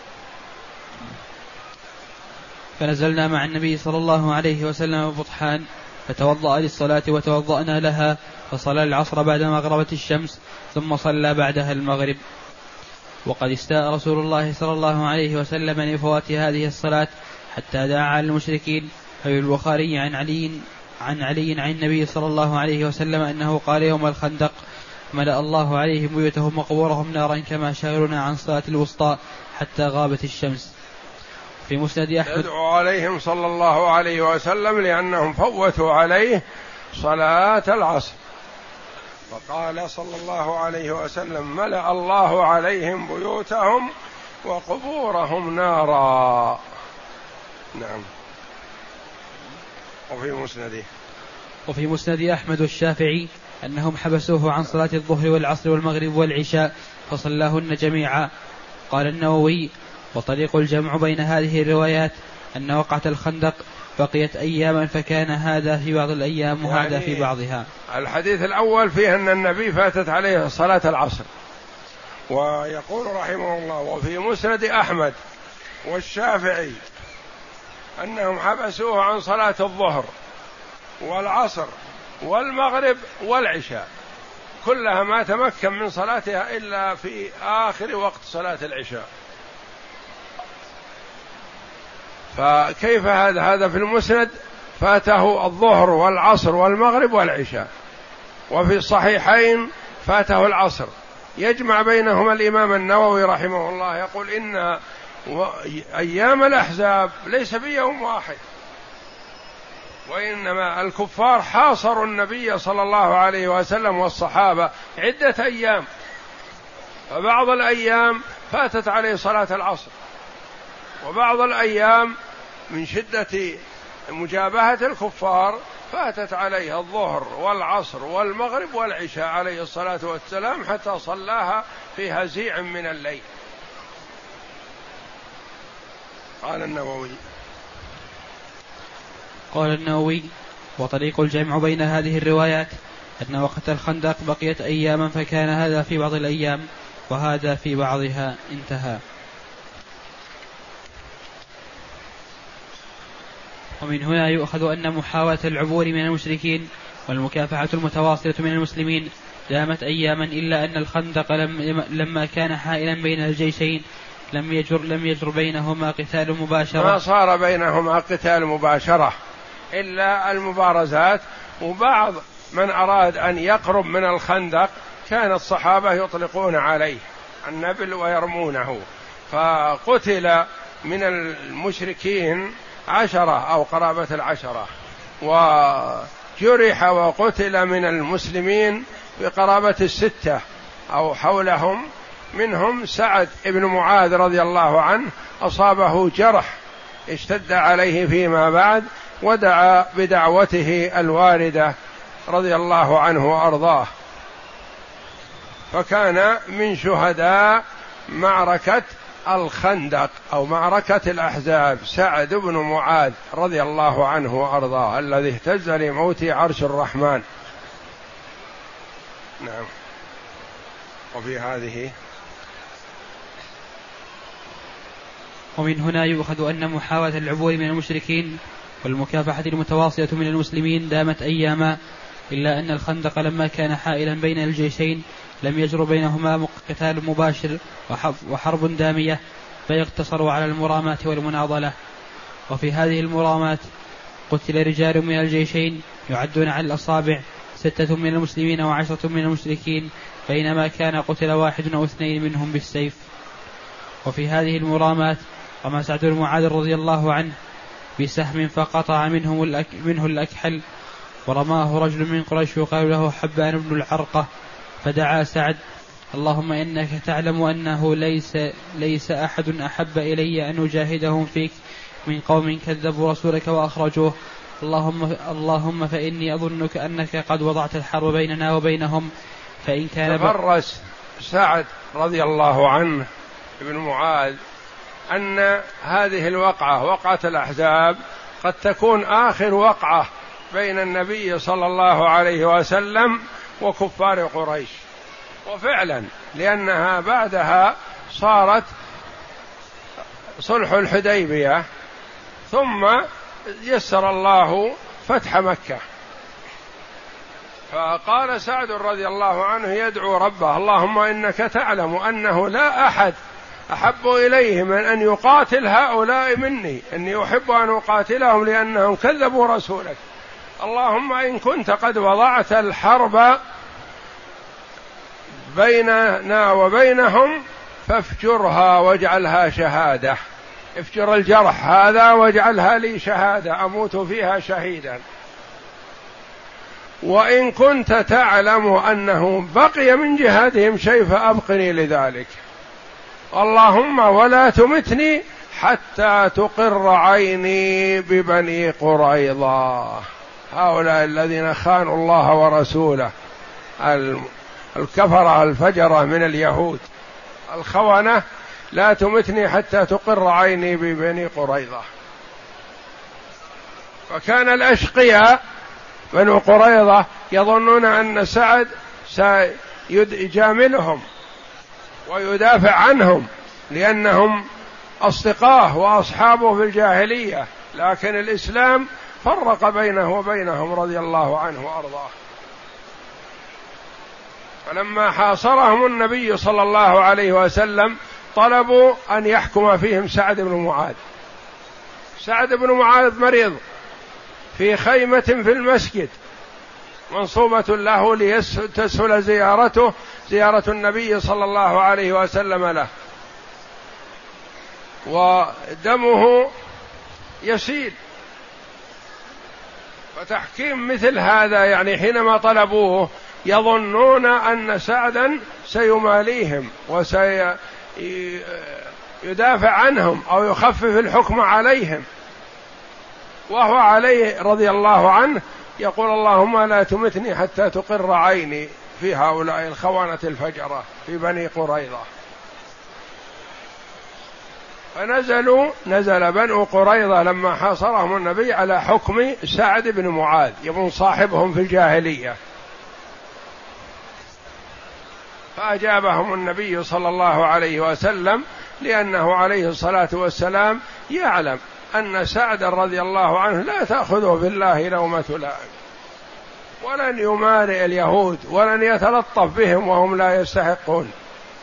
فنزلنا مع النبي صلى الله عليه وسلم بطحان فتوضأ للصلاة وتوضأنا لها، فصلى العصر بعدما غربت الشمس ثم صلى بعدها المغرب. وقد استاء رسول الله صلى الله عليه وسلم لفوات هذه الصلاة حتى دعا على المشركين. ففي البخاري عن علي عن النبي صلى الله عليه وسلم أنه قال يوم الخندق: ملأ الله عليهم بيوتهم وقبورهم نارا كما شغلنا عن صلاة الوسطى حتى غابت الشمس. في مسند أحمد يدعو عليهم صلى الله عليه وسلم لأنهم فوتوا عليه صلاة العصر. وقال صلى الله عليه وسلم: ملأ الله عليهم بيوتهم وقبورهم نارا. نعم. وفي مسند أحمد والشافعي أنهم حبسوه عن صلاة الظهر والعصر والمغرب والعشاء فصلاهن جميعا. قال النووي: وطريق الجمع بين هذه الروايات أن وقعة الخندق بقيت أياما فكان هذا في بعض الأيام وهذا في بعضها. الحديث الأول فيه أن النبي فاتت عليه صلاة العصر. ويقول رحمه الله: وفي مسند أحمد والشافعي أنهم حبسوه عن صلاة الظهر والعصر والمغرب والعشاء، كلها ما تمكن من صلاتها إلا في آخر وقت صلاة العشاء. فكيف هذا في المسند فاته الظهر والعصر والمغرب والعشاء، وفي الصحيحين فاته العصر. يجمع بينهما الإمام النووي رحمه الله، يقول: إن أيام الأحزاب ليس بيوم واحد، وإنما الكفار حاصروا النبي صلى الله عليه وسلم والصحابة عدة أيام، فبعض الأيام فاتت عليه صلاة العصر، وبعض الأيام من شدة مجابهة الكفار فاتت عليه الظهر والعصر والمغرب والعشاء عليه الصلاة والسلام حتى صلاها في هزيع من الليل. قال النووي: وطريق الجمع بين هذه الروايات أن وقت الخندق بقيت أياما فكان هذا في بعض الأيام وهذا في بعضها. انتهى. ومن هنا يؤخذ أن محاولة العبور من المشركين والمكافحة المتواصلة من المسلمين دامت أياما، إلا أن الخندق لما كان حائلا بين الجيشين لم يجر بينهما قتال مباشرة، ما صار بينهما قتال مباشرة إلا المبارزات. وبعض من أراد أن يقرب من الخندق كان الصحابة يطلقون عليه النبل ويرمونه، فقتل من المشركين 10 أو قرابة 10، وجرح وقتل من المسلمين بقرابة 6 أو حولهم. منهم سعد بن معاذ رضي الله عنه أصابه جرح اشتد عليه فيما بعد، ودعا بدعوته الواردة رضي الله عنه وأرضاه، فكان من شهداء معركة الخندق أو معركة الأحزاب سعد بن معاذ رضي الله عنه وأرضاه، الذي اهتز لموت عرش الرحمن. نعم. ومن هنا يؤخذ أن محاولة العبور من المشركين والمكافحة المتواصلة من المسلمين دامت أياما، إلا أن الخندق لما كان حائلا بين الجيشين لم يجر بينهما قتال مباشر وحرب دامية، فيقتصروا على المرامات والمناضلة. وفي هذه المرامات قتل رجال من الجيشين يعدون على الأصابع، 6 من المسلمين و10 من المشركين، بينما كان قتل 1 أو 2 منهم بالسيف. وفي هذه المرامات رمى سعد بن معاذ رضي الله عنه بسهم فقطع منه الأكحل، ورماه رجل من قريش يقال له حبان بن العرقة، فدعا سعد: اللهم إنك تعلم أنه ليس أحد أحب إلي أن أجاهدهم فيك من قوم كذبوا رسولك وأخرجوه، اللهم فإني أظنك أنك قد وضعت الحرب بيننا وبينهم، فإن كان تفرس سعد رضي الله عنه ابن معاذ أن هذه الوقعة وقعة الأحزاب قد تكون آخر وقعة بين النبي صلى الله عليه وسلم وكفار قريش، وفعلا لأنها بعدها صارت صلح الحديبية، ثم يسر الله فتح مكة. فقال سعد رضي الله عنه يدعو ربه: اللهم إنك تعلم أنه لا أحد أحب إليه من أن يقاتل هؤلاء مني، إني أحب أن أقاتلهم لأنهم كذبوا رسولك، اللهم إن كنت قد وضعت الحرب بيننا وبينهم فافجرها واجعلها شهادة، افجر الجرح هذا واجعلها لي شهادة أموت فيها شهيدا. وإن كنت تعلم أنه بقي من جهادهم شيء فأبقني لذلك، اللهم ولا تمتني حتى تقر عيني ببني قريظة، هؤلاء الذين خانوا الله ورسوله، الكفرة الفجرة من اليهود الخونة، لا تمتني حتى تقر عيني ببني قريظة. فكان الأشقياء بنو قريظة يظنون أن سعد سيجاملهم ويدافع عنهم لأنهم أصدقاء وأصحابه في الجاهلية، لكن الإسلام فرق بينه وبينهم رضي الله عنه وأرضاه. فلما حاصرهم النبي صلى الله عليه وسلم طلبوا أن يحكم فيهم سعد بن معاذ. سعد بن معاذ مريض في خيمة في المسجد منصوبة له لتسهل زيارة النبي صلى الله عليه وسلم له، ودمه يسيل. فتحكيم مثل هذا يعني حينما طلبوه يظنون أن سعدا سيماليهم وسيدافع عنهم أو يخفف الحكم عليهم، وهو عليه رضي الله عنه يقول اللهم لا تمتني حتى تقر عيني في هؤلاء الخونة الفجرة في بني قريظة. نزل بنو قريظة لما حاصرهم النبي على حكم سعد بن معاذ يبن صاحبهم في الجاهلية، فأجابهم النبي صلى الله عليه وسلم لأنه عليه الصلاة والسلام يعلم أن سعد رضي الله عنه لا تأخذه في الله لومة لائم، ولن يمارئ اليهود ولن يتلطف بهم وهم لا يستحقون،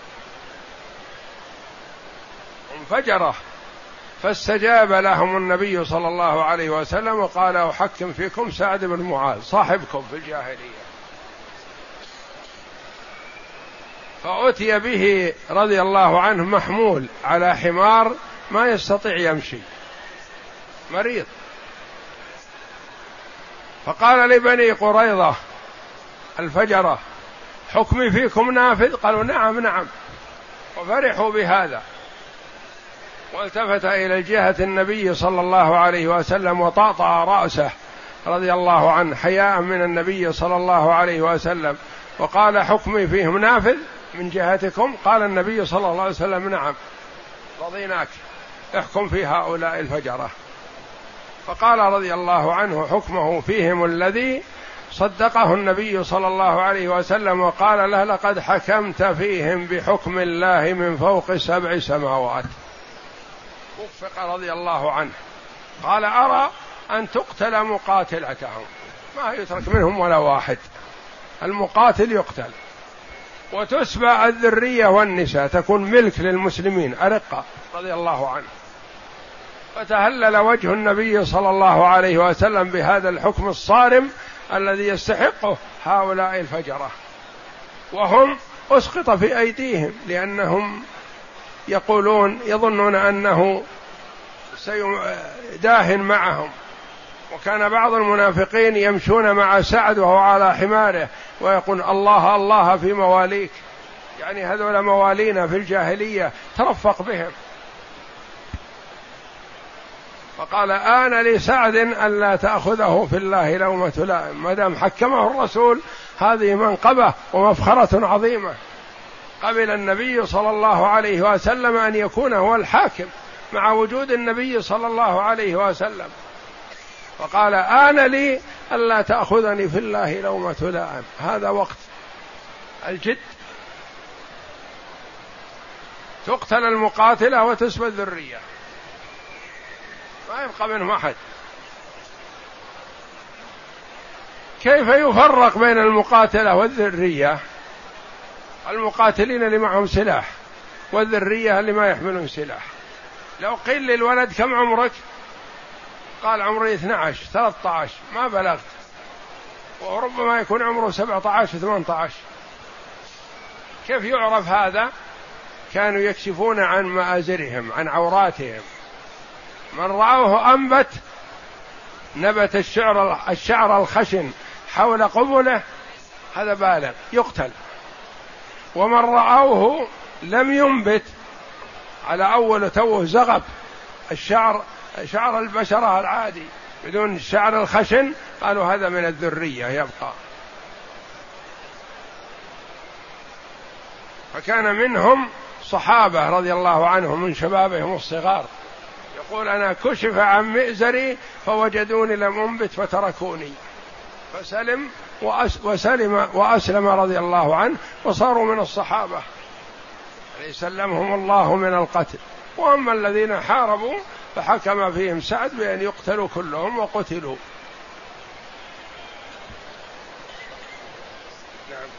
فجره. فاستجاب لهم النبي صلى الله عليه وسلم وقال أحكم فيكم سعد بن معاذ صاحبكم في الجاهلية. فأتي به رضي الله عنه محمول على حمار ما يستطيع يمشي، مريض. فقال لبني قريظة الفجرة حكمي فيكم نافذ؟ قالوا نعم نعم، وفرحوا بهذا. والتفت إلى جهة النبي صلى الله عليه وسلم وطأطأ رأسه رضي الله عنه حياء من النبي صلى الله عليه وسلم وقال حكمي فيهم نافذ من جهتكم؟ قال النبي صلى الله عليه وسلم نعم رضيناك، احكم في هؤلاء الفجرة. فقال رضي الله عنه حكمه فيهم الذي صدقه النبي صلى الله عليه وسلم وقال له لقد حكمت فيهم بحكم الله من فوق 7 سماوات. وفق رضي الله عنه، قال أرى أن تقتل مقاتلتهم، ما يترك منهم ولا واحد، المقاتل يقتل، وتسبى الذرية والنساء، تكون ملك للمسلمين أرقة رضي الله عنه. فتهلل وجه النبي صلى الله عليه وسلم بهذا الحكم الصارم الذي يستحقه هؤلاء الفجرة، وهم أسقط في أيديهم لأنهم يظنون أنه سيداهن معهم. وكان بعض المنافقين يمشون مع سعد وهو على حماره ويقول الله الله في مواليك، يعني هذول موالينا في الجاهلية ترفق بهم. فقال آن لسعد ألا تأخذه في الله لومة لائم، ما دام حكمه الرسول هذه منقبة ومفخرة عظيمة. قبل النبي صلى الله عليه وسلم أن يكون هو الحاكم مع وجود النبي صلى الله عليه وسلم، فقال آن لي ألا تأخذني في الله لومة لائم. هذا وقت الجد، تقتل المقاتلة وتسبى الذرية، ما يبقى منهم أحد. كيف يفرق بين المقاتلة والذرية؟ المقاتلين اللي معهم سلاح والذرية اللي ما يحملون سلاح. لو قيل للولد كم عمرك؟ قال عمري 12 13 ما بلغت، وربما يكون عمره 17 18. كيف يعرف هذا؟ كانوا يكشفون عن مآزرهم عن عوراتهم، من رأوه أنبت نبت الشعر الخشن حول قبله هذا بالغ يقتل. ومن رأوه لم ينبت على أول توه زغب الشعر، شعر البشرة العادي بدون الشعر الخشن، قالوا هذا من الذرية يبقى. فكان منهم صحابة رضي الله عنهم من شبابهم الصغار يقول أنا كشف عن مئزري فوجدوني لم أنبت فتركوني، فسلم وأسلم رضي الله عنه وصاروا من الصحابة سلمهم الله من القتل. وأما الذين حاربوا فحكم فيهم سعد بأن يقتلوا كلهم وقتلوا. نعم.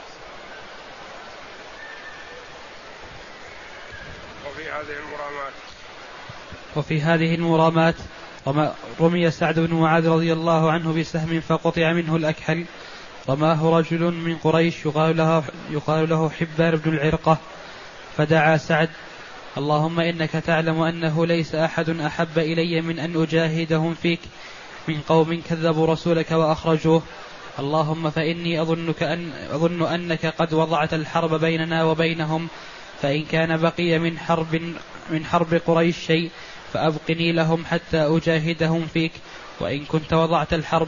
وفي هذه المرامات رمي سعد بن معاذ رضي الله عنه بسهم فقطع منه الأكحل. رماه رجل من قريش يقال له حبان بن العرقة، فدعا سعد: اللهم إنك تعلم أنه ليس أحد أحب إلي من أن أجاهدهم فيك من قوم كذبوا رسولك وأخرجوه، اللهم فإني أظن أنك قد وضعت الحرب بيننا وبينهم، فإن كان بقي من حرب قريش شيء فأبقني لهم حتى أجاهدهم فيك، وإن كنت وضعت الحرب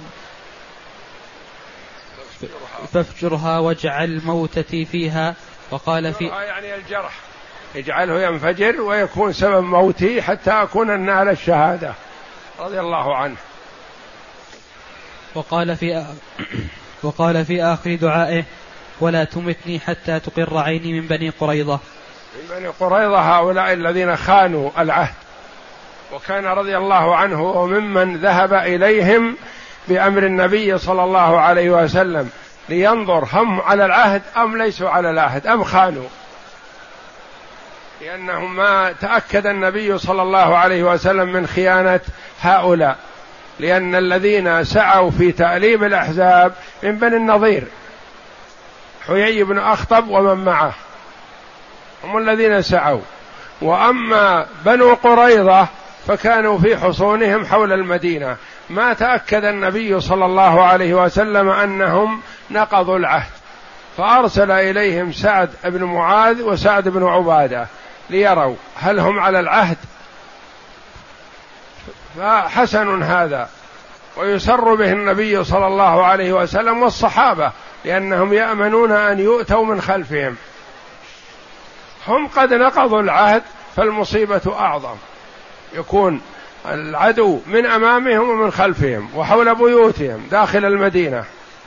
فافجرها واجعل موتتي فيها. وقال في يعني الجرح اجعله ينفجر ويكون سبب موتي حتى أكون نال الشهادة رضي الله عنه. وقال في آخر دعائه: ولا تمتني حتى تقر عيني من بني قريظة. من بني قريظة هؤلاء الذين خانوا العهد، وكان رضي الله عنه وممن ذهب إليهم بأمر النبي صلى الله عليه وسلم لينظر هم على العهد أم ليسوا على العهد أم خانوا، لأنهم ما تأكد النبي صلى الله عليه وسلم من خيانة هؤلاء، لأن الذين سعوا في تأليب الأحزاب من بني النضير حيي بن أخطب ومن معه هم الذين سعوا، وأما بنو قريظة فكانوا في حصونهم حول المدينة، ما تأكد النبي صلى الله عليه وسلم أنهم نقضوا العهد، فأرسل إليهم سعد بن معاذ وسعد بن عبادة ليروا هل هم على العهد، فحسن هذا ويسر به النبي صلى الله عليه وسلم والصحابة، لأنهم يأمنون أن يؤتوا من خلفهم، هم قد نقضوا العهد فالمصيبة أعظم، يكون العدو من أمامهم ومن خلفهم وحول بيوتهم داخل المدينة.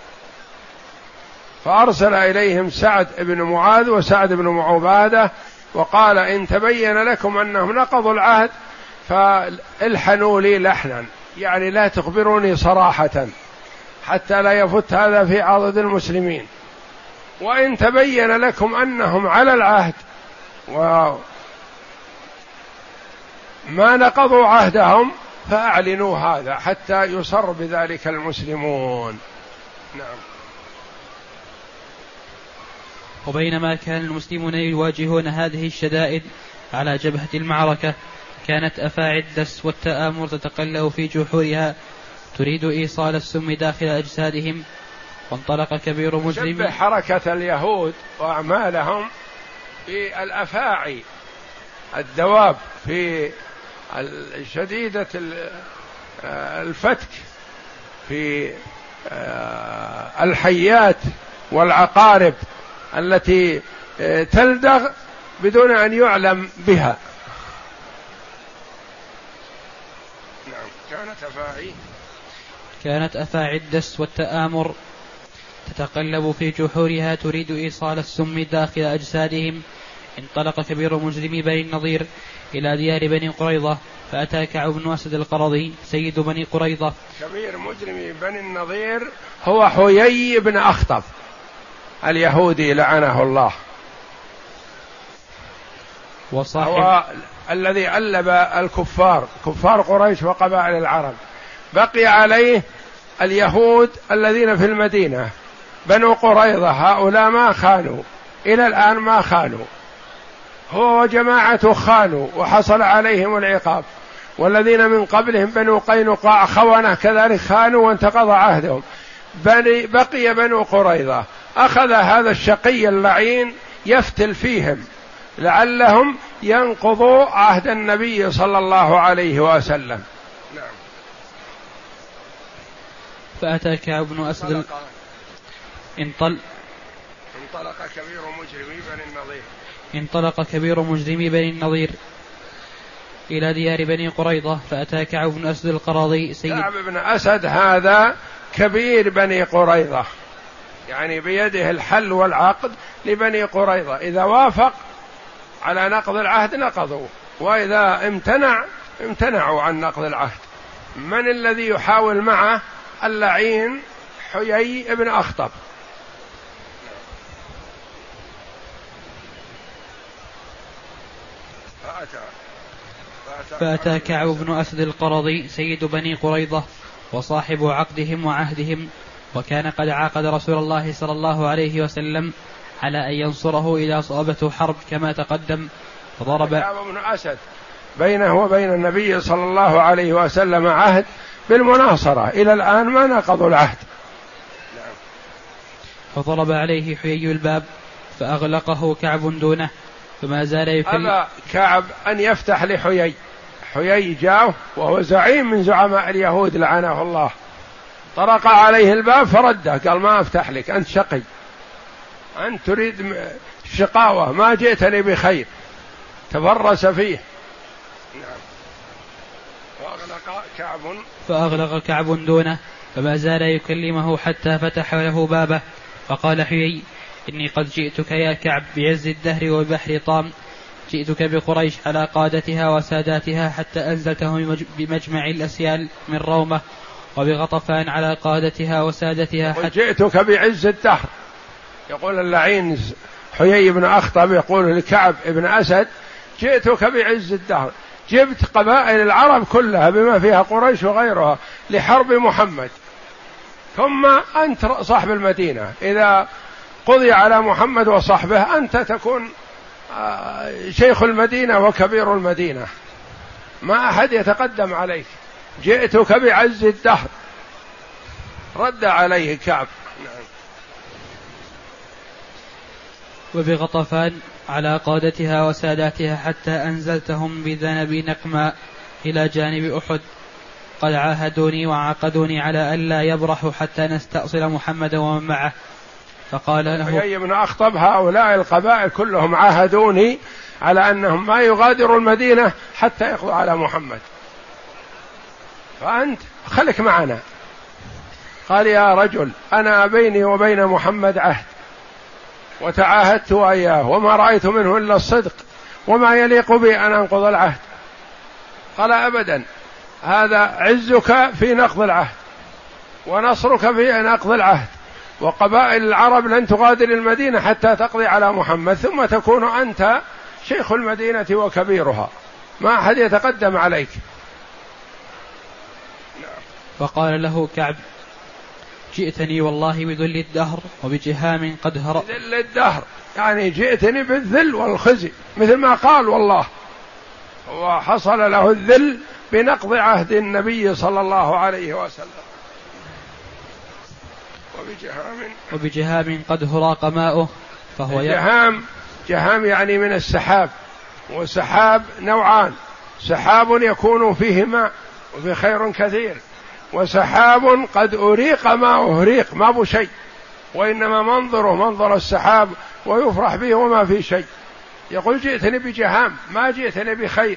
فأرسل إليهم سعد بن معاذ وسعد بن عبادة وقال: إن تبين لكم أنهم نقضوا العهد فالحنوا لي لحنا، يعني لا تخبروني صراحة حتى لا يفت هذا في عضد المسلمين، وإن تبين لكم أنهم على العهد وما نقضوا عهدهم فأعلنوا هذا حتى يصر بذلك المسلمون. نعم. وبينما كان المسلمون يواجهون هذه الشدائد على جبهة المعركة، كانت أفاعي الدس والتآمر تتقلب في جحورها تريد إيصال السم داخل أجسادهم، وانطلق كبير مسلم. شبه حركة اليهود وأعمالهم بالأفاعي، الدواب في شديدة الفتك، في الحيات والعقارب التي تلدغ بدون أن يعلم بها. نعم. كانت أفاعي الدس والتآمر تتقلب في جحورها تريد إيصال السم داخل أجسادهم. انطلق كبير مجرمي بني النضير إلى ديار بني قريظة، فأتى كعب بن أسد القرظي سيد بني قريظة. كبير مجرمي بني النضير هو حيي بن أخطب اليهودي لعنه الله، هو الذي ألب الكفار كفار قريش وقبائل العرب. بقي عليه اليهود الذين في المدينة بنو قريظة، هؤلاء ما خانوا إلى الآن، ما خانوا، هو وجماعة خانوا وحصل عليهم العقاب، والذين من قبلهم بنو قينقاع خونة كذلك خانوا وانتقض عهدهم، بقي بنو قريظة، أخذ هذا الشقي اللعين يفتل فيهم لعلهم ينقضوا عهد النبي صلى الله عليه وسلم. نعم. فأتى كعب بن أسد انطلق كبير مجرمي بني النضير إلى ديار بني قريظة، فأتى كعب بن أسد القرظي كعب بن أسد هذا كبير بني قريظة، يعني بيده الحل والعقد لبني قريظة، إذا وافق على نقض العهد نقضوا، وإذا امتنعوا عن نقض العهد. من الذي يحاول معه؟ اللعين حيي بن أخطب. فأتى كعب بن أسد القرظي سيد بني قريظة وصاحب عقدهم وعهدهم، وكان قد عاقد رسول الله صلى الله عليه وسلم على أن ينصره إذا أصابته حرب كما تقدم. فضرب كعب بن أسد بينه وبين النبي صلى الله عليه وسلم عهد بالمناصرة، إلى الآن ما نقضوا العهد. فضرب عليه حيي الباب فأغلقه كعب دونه، فما زال يكلم. أبى كعب أن يفتح لحيي، حيي جاءه وهو زعيم من زعماء اليهود لعنه الله، طرق عليه الباب فرده، قال ما أفتح لك، أنت شقي، أنت تريد شقاوة، ما جئتني بخير، تبرس فيه. نعم. فأغلق كعب دونه، فما زال يكلمه حتى فتح له بابه. فقال حيي: إني قد جئتك يا كعب بعز الدهر وبحر طام، جئتك بقريش على قادتها وساداتها حتى أنزلتهم بمجمع الأسيال من رومة، وبغطفان على قادتها وسادتها حتى جئتك بعز الدهر. يقول اللعين حيي بن أخطب يقول لكعب بن أسد: جئتك بعز الدهر، جبت قبائل العرب كلها بما فيها قريش وغيرها لحرب محمد، ثم أنت صاحب المدينة، إذا قضي على محمد وصحبه أنت تكون شيخ المدينة وكبير المدينة، ما أحد يتقدم عليك، جئتك بعز الدهر. رد عليه كعب: وبغطفان على قادتها وساداتها حتى أنزلتهم بذنب نقماء إلى جانب أحد، قد عاهدوني وعاقدوني على ألا يبرحوا حتى نستأصل محمدا ومن معه. فقال له حيي بن أخطب: هؤلاء القبائل كلهم عاهدوني على أنهم ما يغادروا المدينة حتى يقضوا على محمد، فأنت خلك معنا. قال: يا رجل، أنا بيني وبين محمد عهد وتعاهدت إياه وما رأيت منه إلا الصدق، وما يليق بي أن أنقض العهد. قال: أبدا، هذا عزك في نقض العهد ونصرك في نقض العهد، وقبائل العرب لن تغادر المدينة حتى تقضي على محمد، ثم تكون أنت شيخ المدينة وكبيرها، ما أحد يتقدم عليك. فقال له كعب: جئتني والله بذل الدهر وبجهام قد هرأ. ذل الدهر يعني جئتني بالذل والخزي، مثل ما قال والله، وحصل له الذل بنقض عهد النبي صلى الله عليه وسلم. وبجهام قد هراق ماؤه، فهو جهام يعني من السحاب، وسحاب نوعان: سحاب يكون فيه ماء وفي خير كثير، وسحاب قد أريق ماؤه، أريق ما بو شيء، وإنما منظر السحاب ويفرح به وما في شيء. يقول: جئتني بجهام، ما جئتني بخير،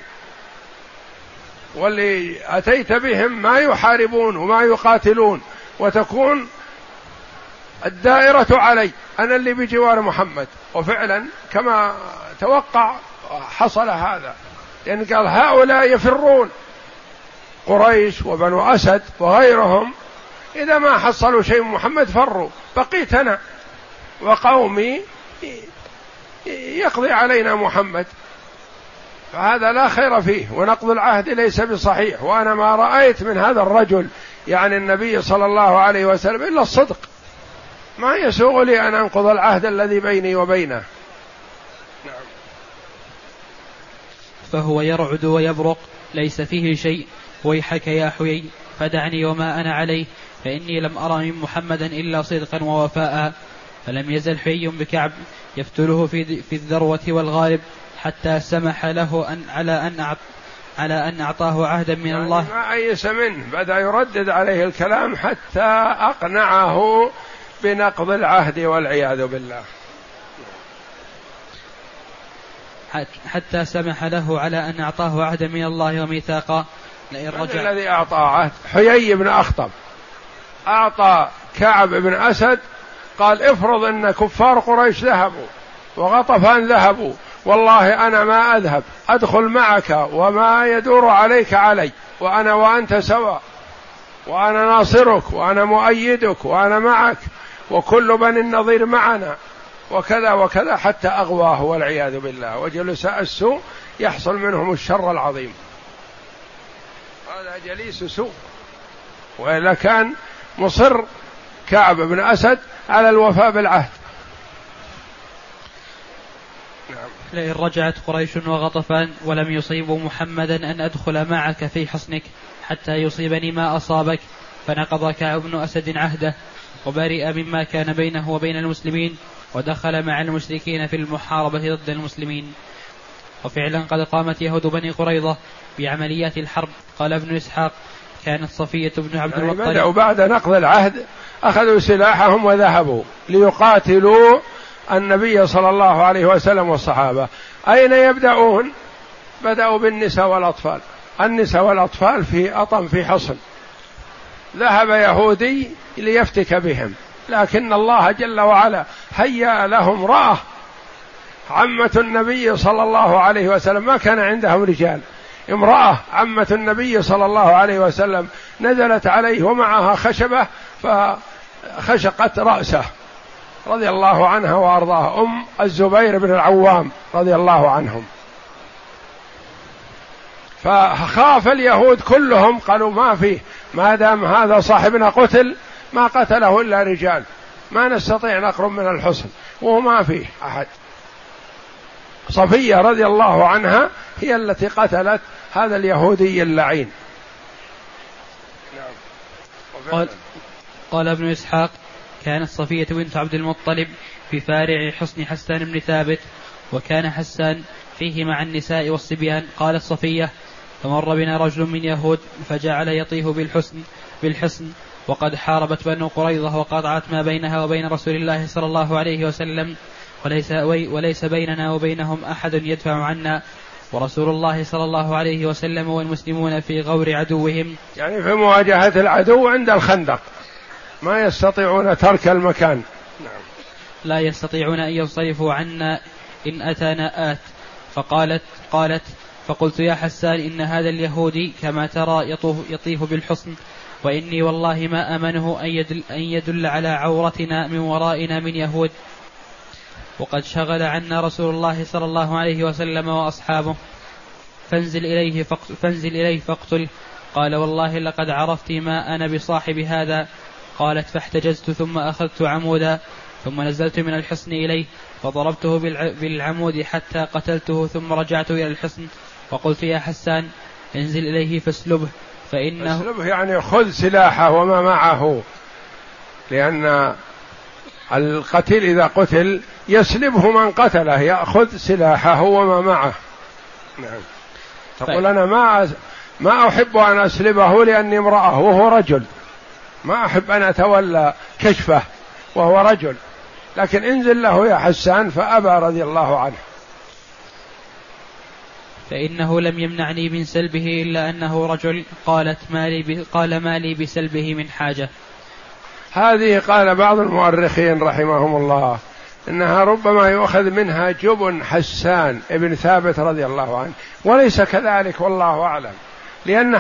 واللي أتيت بهم ما يحاربون وما يقاتلون، وتكون الدائرة علي، أنا اللي بجوار محمد. وفعلا كما توقع حصل هذا، لأن قال: هؤلاء يفرون، قريش وبنو أسد وغيرهم إذا ما حصلوا شيء من محمد فروا، بقيت أنا وقومي يقضي علينا محمد، فهذا لا خير فيه، ونقض العهد ليس بصحيح، وأنا ما رأيت من هذا الرجل يعني النبي صلى الله عليه وسلم إلا الصدق، ما يسوغ لي أن أنقض العهد الذي بيني وبينه. نعم. فهو يرعد ويبرق، ليس فيه شيء، ويحك يا حيي، فدعني وما أنا عليه، فإني لم أرى من محمدا إلا صدقا ووفاء. فلم يزل حي بكعب يفتله في الذروة والغالب حتى سمح له على أن أعطاه عهدا من يعني الله. ما أيس منه، بدأ يردد عليه الكلام حتى أقنعه بنقض العهد والعياذ بالله. حتى سمح له على أن أعطاه عهدا من الله وميثاقا لئن رجع. الذي أعطى عهد حيي بن أخطب أعطى كعب بن أسد، قال افرض أن كفار قريش ذهبوا وغطفان ذهبوا، والله أنا ما أذهب، أدخل معك وما يدور عليك علي، وأنا وأنت سواء، وأنا ناصرك وأنا مؤيدك وأنا معك، وكل بني النظير معنا، وكذا وكذا، حتى أغواه والعياذ بالله، وجلساء السوء يحصل منهم الشر العظيم. هذا جليس سوء، وإلا كان مصر كعب بن أسد على الوفاء بالعهد. لئن رجعت قريش وغطفان ولم يصيبوا محمدا أن أدخل معك في حصنك حتى يصيبني ما أصابك. فنقض كعب بن أسد عهده وبرئ مما كان بينه وبين المسلمين، ودخل مع المشركين في المحاربة ضد المسلمين. وفعلا قد قامت يهود بني قريظة بعمليات الحرب. قال ابن إسحاق كانت صفية بن عبد المطلب بدأوا بعد نقض العهد أخذوا سلاحهم وذهبوا ليقاتلوا النبي صلى الله عليه وسلم والصحابة. أين يبدأون؟ بدأوا بالنساء والأطفال. النساء والأطفال في أطم في حصن، ذهب يهودي ليفتك بهم، لكن الله جل وعلا هيأ لهم امرأة عمة النبي صلى الله عليه وسلم، ما كان عندهم رجال، امرأة عمة النبي صلى الله عليه وسلم نزلت عليه ومعها خشبة فخشقت رأسه رضي الله عنها وأرضاها، أم الزبير بن العوام رضي الله عنهم. فخاف اليهود كلهم، قالوا ما فيه، ما دام هذا صاحبنا قتل ما قتله إلا رجال، ما نستطيع نقرب من الحصن وما فيه أحد. صفية رضي الله عنها هي التي قتلت هذا اليهودي اللعين. قال ابن إسحاق كانت صفية بنت عبد المطلب في فارع حصن حسان بن ثابت، وكان حسان فيه مع النساء والصبيان. قالت صفية فمر بنا رجل من يهود فجعل يطيه بالحصن وقد حاربت بنو قريظة وقطعت ما بينها وبين رسول الله صلى الله عليه وسلم، وليس بيننا وبينهم أحد يدفع عنا، ورسول الله صلى الله عليه وسلم والمسلمون في غور عدوهم، يعني في مواجهة العدو عند الخندق ما يستطيعون ترك المكان. نعم. لا يستطيعون أن ينصرفوا عنا إن أتانا آت. قالت فقلت يا حسان إن هذا اليهودي كما ترى يطيف بالحصن، وإني والله ما أمنه أن يدل على عورتنا من ورائنا من يهود، وقد شغل عنا رسول الله صلى الله عليه وسلم وأصحابه، فانزل إليه فاقتل. قال والله لقد عرفت ما أنا بصاحب هذا. قالت فاحتجزت ثم أخذت عمودا ثم نزلت من الحصن إليه فضربته بالعمود حتى قتلته، ثم رجعت إلى الحصن وقلت يا حسان انزل إليه فاسلبه فإنه يعني خذ سلاحه وما معه، لأن القتيل إذا قتل يسلبه من قتله، يأخذ سلاحه وما معه. نعم. تقول أنا ما أحب أن أسلبه لأني امرأة وهو رجل، ما أحب أن أتولى كشفه وهو رجل، لكن انزل له يا حسان، فأبى رضي الله عنه. فإنه لم يمنعني من سلبه إلا أنه رجل. قال ما لي بسلبه من حاجة. هذه قال بعض المؤرخين رحمهم الله إنها ربما يؤخذ منها جبن حسان ابن ثابت رضي الله عنه، وليس كذلك والله أعلم، لأن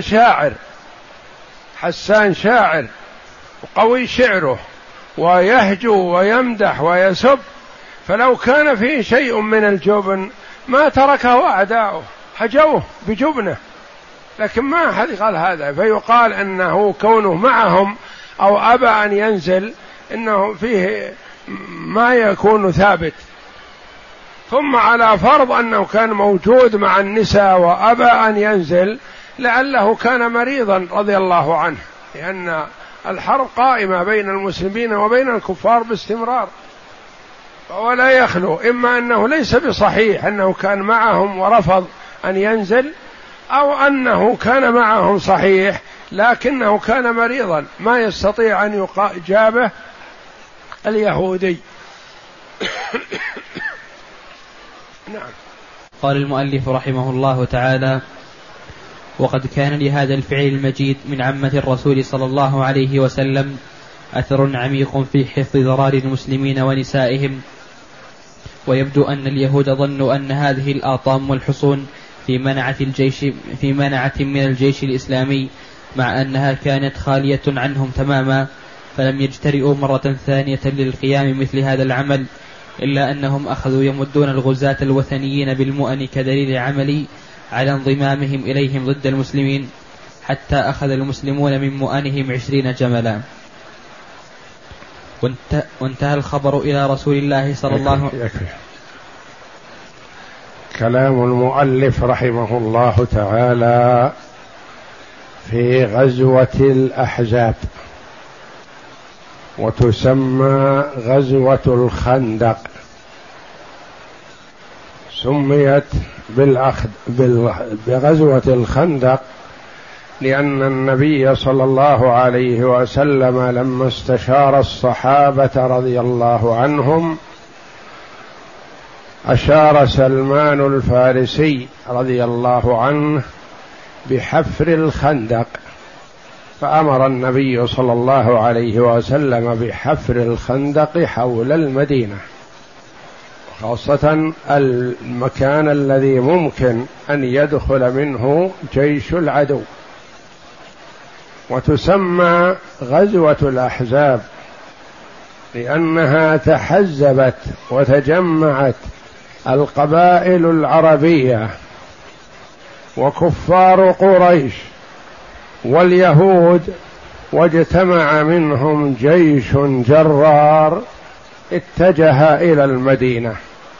حسان شاعر وقوي شعره ويهجو ويمدح ويسب، فلو كان فيه شيء من الجبن ما تركه أعداؤه، هجوه بجبنه، لكن ما أحد قال هذا. فيقال أنه كونه معهم أو أبى أن ينزل إنه فيه ما يكون ثابت. ثم على فرض أنه كان موجود مع النساء وأبى أن ينزل، لعله كان مريضا رضي الله عنه، لأن الحرب قائمة بين المسلمين وبين الكفار باستمرار، ولا يخلو إما أنه ليس بصحيح أنه كان معهم ورفض أن ينزل، أو أنه كان معهم صحيح لكنه كان مريضا ما يستطيع أن يجابه اليهودي. نعم. قال المؤلف رحمه الله تعالى: وقد كان لهذا الفعل المجيد من عمة الرسول صلى الله عليه وسلم أثر عميق في حفظ ضرار المسلمين ونسائهم. ويبدو أن اليهود ظنوا أن هذه الآطام والحصون في منعة من الجيش الإسلامي، مع أنها كانت خالية عنهم تماما، فلم يجترئوا مرة ثانية للقيام مثل هذا العمل، إلا أنهم أخذوا يمدون الغزاة الوثنيين بالمؤن كدليل عملي على انضمامهم إليهم ضد المسلمين، حتى أخذ المسلمون من مؤنهم 20 جملا. وانتهى الخبر إلى رسول الله صلى الله عليه وسلم. كلام المؤلف رحمه الله تعالى في غزوة الأحزاب، وتسمى غزوة الخندق، سميت بغزوة الخندق لأن النبي صلى الله عليه وسلم لما استشار الصحابة رضي الله عنهم أشار سلمان الفارسي رضي الله عنه بحفر الخندق، فأمر النبي صلى الله عليه وسلم بحفر الخندق حول المدينة، خاصة المكان الذي ممكن أن يدخل منه جيش العدو. وتسمى غزوة الأحزاب لأنها تحزبت وتجمعت القبائل العربية وكفار قريش واليهود، واجتمع منهم جيش جرار اتجه إلى المدينة.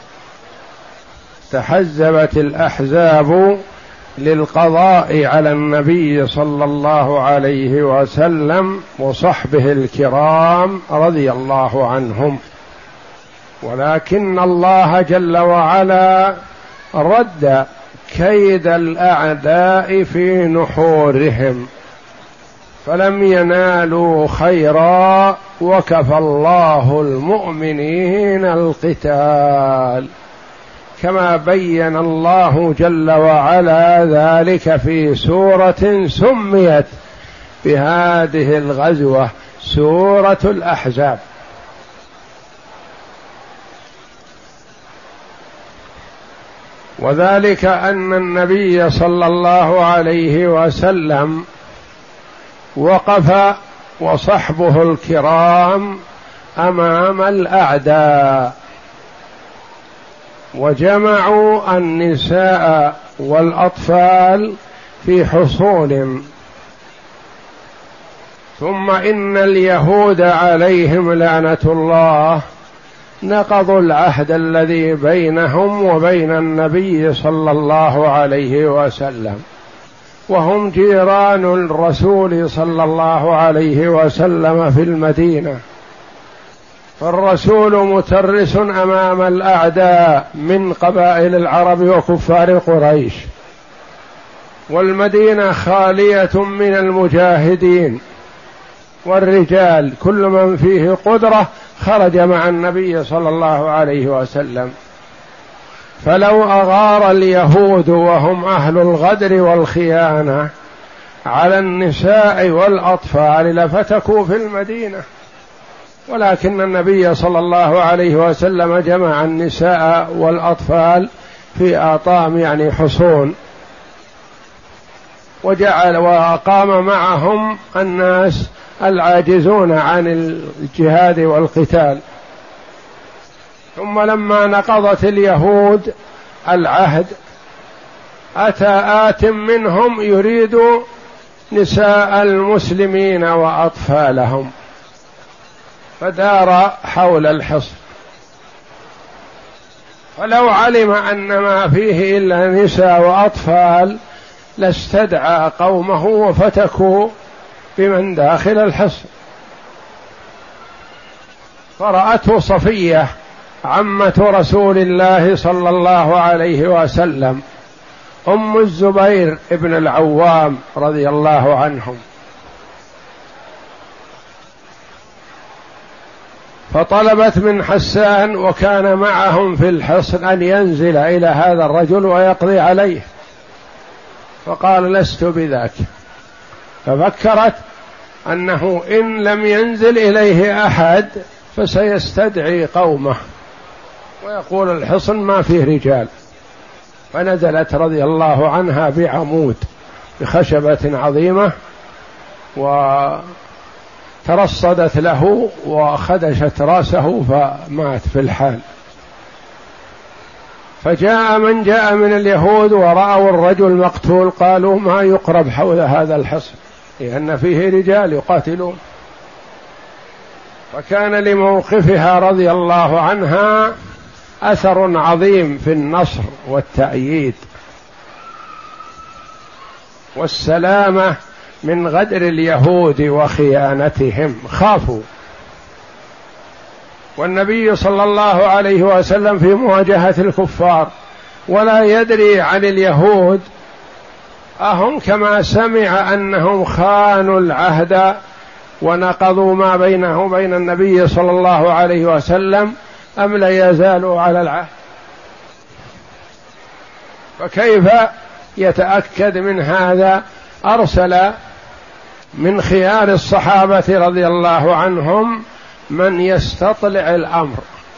تحزبت الأحزاب للقضاء على النبي صلى الله عليه وسلم وصحبه الكرام رضي الله عنهم، ولكن الله جل وعلا رد كيد الأعداء في نحورهم، فلم ينالوا خيرا، وكفى الله المؤمنين القتال، كما بين الله جل وعلا ذلك في سورة سميت بهذه الغزوة سورة الأحزاب. وذلك أن النبي صلى الله عليه وسلم وقف وصحبه الكرام أمام الأعداء، وجمعوا النساء والأطفال في حصون، ثم إن اليهود عليهم لعنة الله نقضوا العهد الذي بينهم وبين النبي صلى الله عليه وسلم، وهم جيران الرسول صلى الله عليه وسلم في المدينة، فالرسول مترس أمام الأعداء من قبائل العرب وكفار قريش، والمدينة خالية من المجاهدين والرجال، كل من فيه قدرة خرج مع النبي صلى الله عليه وسلم. فلو أغار اليهود وهم أهل الغدر والخيانة على النساء والأطفال لفتكوا في المدينة، ولكن النبي صلى الله عليه وسلم جمع النساء والأطفال في آطام يعني حصون، وجعل وأقام معهم الناس العاجزون عن الجهاد والقتال. ثم لما نقضت اليهود العهد أتى آت منهم يريد نساء المسلمين وأطفالهم، فدار حول الحصن، فلو علم أن ما فيه إلا نساء وأطفال لاستدعى قومه وفتكوا بمن داخل الحصن. فرأته صفية عمة رسول الله صلى الله عليه وسلم أم الزبير ابن العوام رضي الله عنهم، فطلبت من حسان وكان معهم في الحصن أن ينزل إلى هذا الرجل ويقضي عليه، فقال لست بذاك. ففكرت أنه إن لم ينزل إليه أحد فسيستدعي قومه ويقول الحصن ما فيه رجال، فنزلت رضي الله عنها بعمود بخشبة عظيمة وترصدت له وخدشت رأسه فمات في الحال. فجاء من جاء من اليهود ورأوا الرجل مقتول قالوا ما يقرب حول هذا الحصن لأن فيه رجال يقاتلون. فكان لموقفها رضي الله عنها أثر عظيم في النصر والتأييد والسلامة من غدر اليهود وخيانتهم، خافوا. والنبي صلى الله عليه وسلم في مواجهة الكفار ولا يدري عن اليهود أهم كما سمع أنهم خانوا العهد ونقضوا ما بينه وبين النبي صلى الله عليه وسلم أم لا يزالوا على العهد. فكيف يتأكد من هذا؟ أرسل من خيار الصحابة رضي الله عنهم من يستطلع الأمر،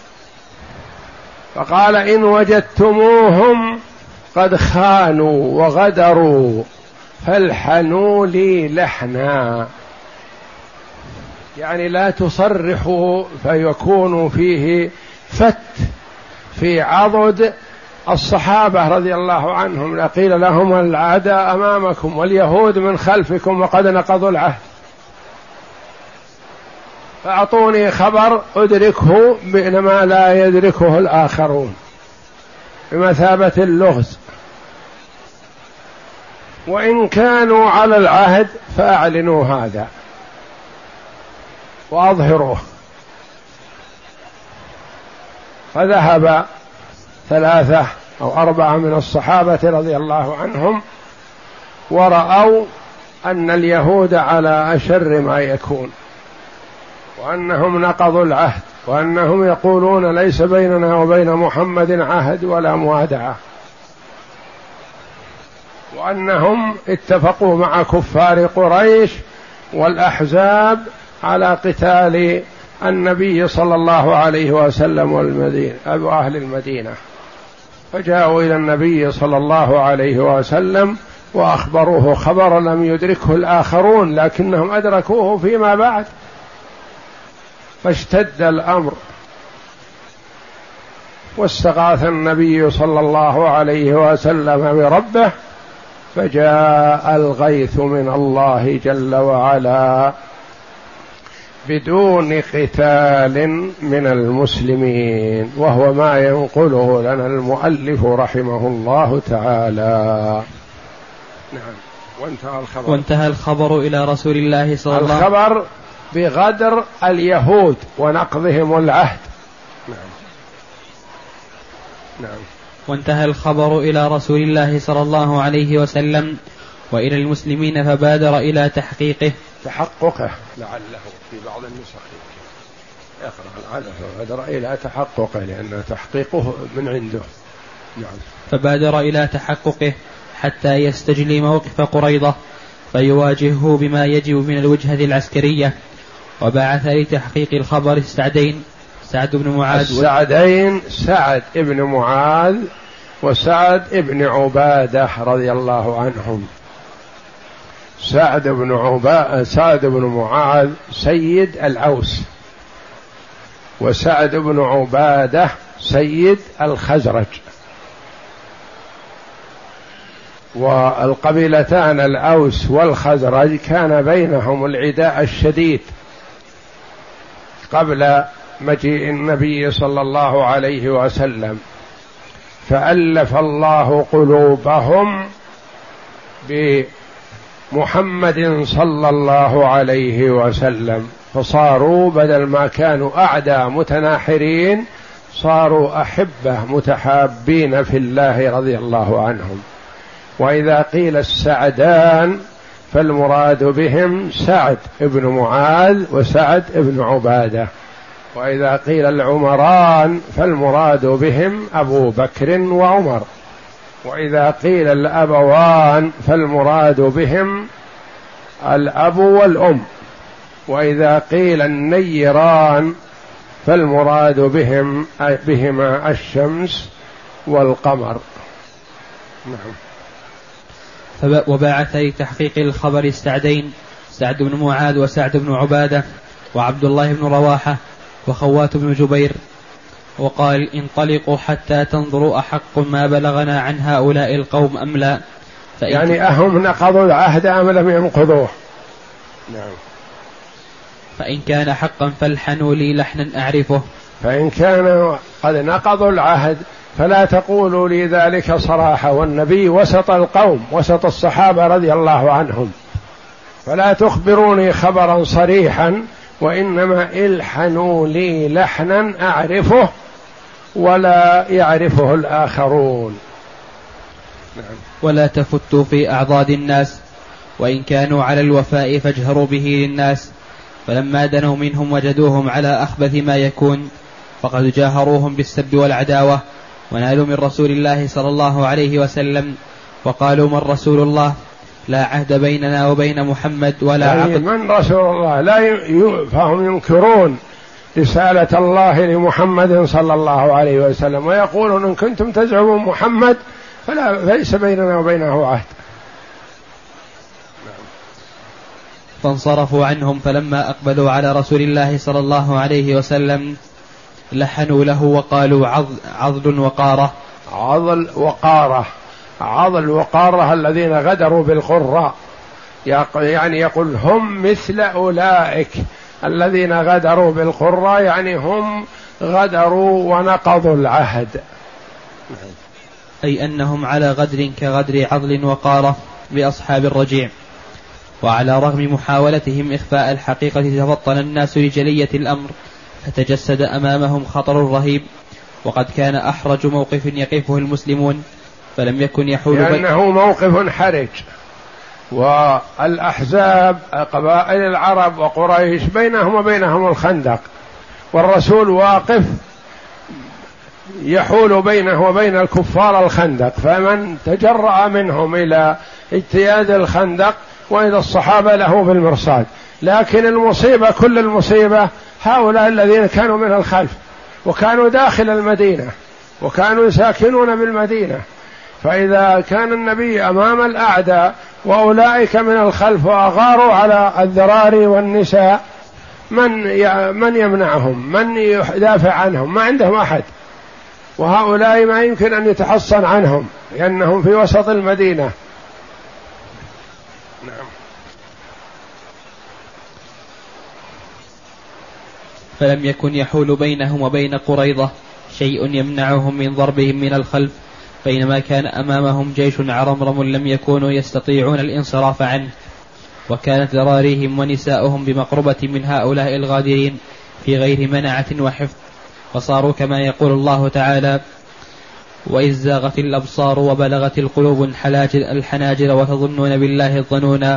فقال إن وجدتموهم قد خانوا وغدروا فالحنوا لي لحنا، يعني لا تصرحوا فيكون فيه فت في عضد الصحابة رضي الله عنهم، لقيل لهم الأعداء أمامكم واليهود من خلفكم وقد نقضوا العهد، فأعطوني خبر أدركه بينما لا يدركه الآخرون بمثابة اللغز، وإن كانوا على العهد فأعلنوا هذا وأظهروه. فذهب 3 أو 4 من الصحابة رضي الله عنهم ورأوا أن اليهود على أشر ما يكون وأنهم نقضوا العهد وأنهم يقولون ليس بيننا وبين محمد عهد ولا موادعة، وأنهم اتفقوا مع كفار قريش والأحزاب على قتال النبي صلى الله عليه وسلم والمدينة أهل المدينة. فجاءوا إلى النبي صلى الله عليه وسلم وأخبروه خبر لم يدركه الآخرون لكنهم أدركوه فيما بعد، فاشتد الأمر واستغاث النبي صلى الله عليه وسلم بربه فجاء الغيث من الله جل وعلا بدون قتال من المسلمين، وهو ما ينقله لنا المؤلف رحمه الله تعالى. نعم. وانتهى الخبر إلى رسول الله صلى الله عليه وسلم، الخبر بغدر اليهود ونقضهم العهد. نعم. نعم. وانتهى الخبر إلى رسول الله صلى الله عليه وسلم وإلى المسلمين فبادر إلى تحققه لعله في بعض النسخ يقرأ فبادر إلى تحققه لأن تحقيقه من عنده. نعم. فبادر إلى تحققه حتى يستجلي موقف قريضة فيواجهه بما يجب من الوجهة العسكرية، وبعث لتحقيق الخبر السعدين سعد بن معاذ وسعد بن عبادة رضي الله عنهم. سعد بن معاذ سيد الأوس، وسعد بن عبادة سيد الخزرج، والقبيلتان الأوس والخزرج كان بينهم العداء الشديد قبل مجيء النبي صلى الله عليه وسلم، فألف الله قلوبهم محمد صلى الله عليه وسلم، فصاروا بدل ما كانوا أعداء متناحرين صاروا أحبة متحابين في الله رضي الله عنهم. وإذا قيل السعدان فالمراد بهم سعد بن معاذ وسعد بن عبادة، وإذا قيل العمران فالمراد بهم أبو بكر وعمر، وإذا قيل الأبوان فالمراد بهم الأب والأم، وإذا قيل النيران فالمراد بهما الشمس والقمر. نعم. وبعث لتحقيق الخبر السعدين سعد بن معاذ وسعد بن عبادة وعبد الله بن رواحة وخوات بن جبير، وقال انطلقوا حتى تنظروا أحق ما بلغنا عن هؤلاء القوم أم لا، يعني أهم نقضوا العهد أم لم ينقضوه. نعم. فإن كان حقا فالحنوا لي لحنا أعرفه، فإن كانوا قد نقضوا العهد فلا تقولوا لي ذلك صراحة، والنبي وسط القوم وسط الصحابة رضي الله عنهم، فلا تخبروني خبرا صريحا، وإنما الحنوا لي لحنا أعرفه ولا يعرفه الآخرون. نعم. ولا تفتوا في أعضاد الناس، وإن كانوا على الوفاء فاجهروا به للناس، فلما دنوا منهم وجدوهم على أخبث ما يكون فقد جاهروهم بالسب والعداوة، ونالوا من رسول الله صلى الله عليه وسلم وقالوا من رسول الله، لا عهد بيننا وبين محمد ولا عقد. من رسول الله فهم ينكرون رسالة الله لمحمد صلى الله عليه وسلم، ويقولون إن كنتم تزعمون محمد فليس بيننا وبينه عهد. فانصرفوا عنهم، فلما أقبلوا على رسول الله صلى الله عليه وسلم لحنوا له وقالوا عضل وقارة. عضل وقارة الذين غدروا بالقراء، يعني يقول هم مثل أولئك الذين غدروا بالقراء، يعني هم غدروا ونقضوا العهد، أي أنهم على غدر كغدر عضل وقارة بأصحاب الرجيع. وعلى رغم محاولتهم إخفاء الحقيقة تفطن الناس لجلية الأمر، فتجسد أمامهم خطر رهيب، وقد كان أحرج موقف يقفه المسلمون، فلم يكن يحول لأنه موقف حرج، والأحزاب قبائل العرب وقريش بينهم وبينهم الخندق، والرسول واقف يحول بينه وبين الكفار الخندق، فمن تجرأ منهم إلى اجتياز الخندق وإذا الصحابة له بالمرصاد. لكن المصيبة كل المصيبة هؤلاء الذين كانوا من الخلف وكانوا داخل المدينة وكانوا ساكنون بالمدينة، فإذا كان النبي أمام الأعداء وأولئك من الخلف وأغاروا على الذراري والنساء، من يمنعهم؟ من يدافع عنهم؟ ما عندهم أحد، وهؤلاء ما يمكن أن يتحصن عنهم لأنهم في وسط المدينة. نعم. فلم يكن يحول بينهم وبين قريظة شيء يمنعهم من ضربهم من الخلف، بينما كان أمامهم جيش عرمرم لم يكونوا يستطيعون الانصراف عنه، وكانت ذراريهم ونساؤهم بمقربة من هؤلاء الغادرين في غير منعة وحفظ، فصاروا كما يقول الله تعالى: وإذ زاغت الأبصار وبلغت القلوب الحناجر وتظنون بالله الظنونا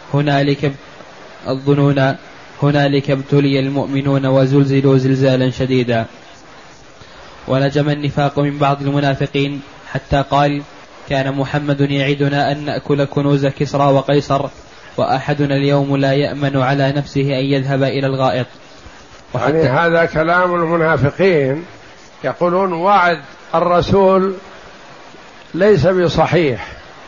هنالك ابتلي المؤمنون وزلزلوا زلزالا شديدا. ونجم النفاق من بعض المنافقين حتى قال: كان محمد يعدنا أن نأكل كنوز كسرى وقيصر، وأحدنا اليوم لا يأمن على نفسه أن يذهب إلى الغائط. يعني هذا كلام المنافقين، يقولون وعد الرسول ليس بصحيح،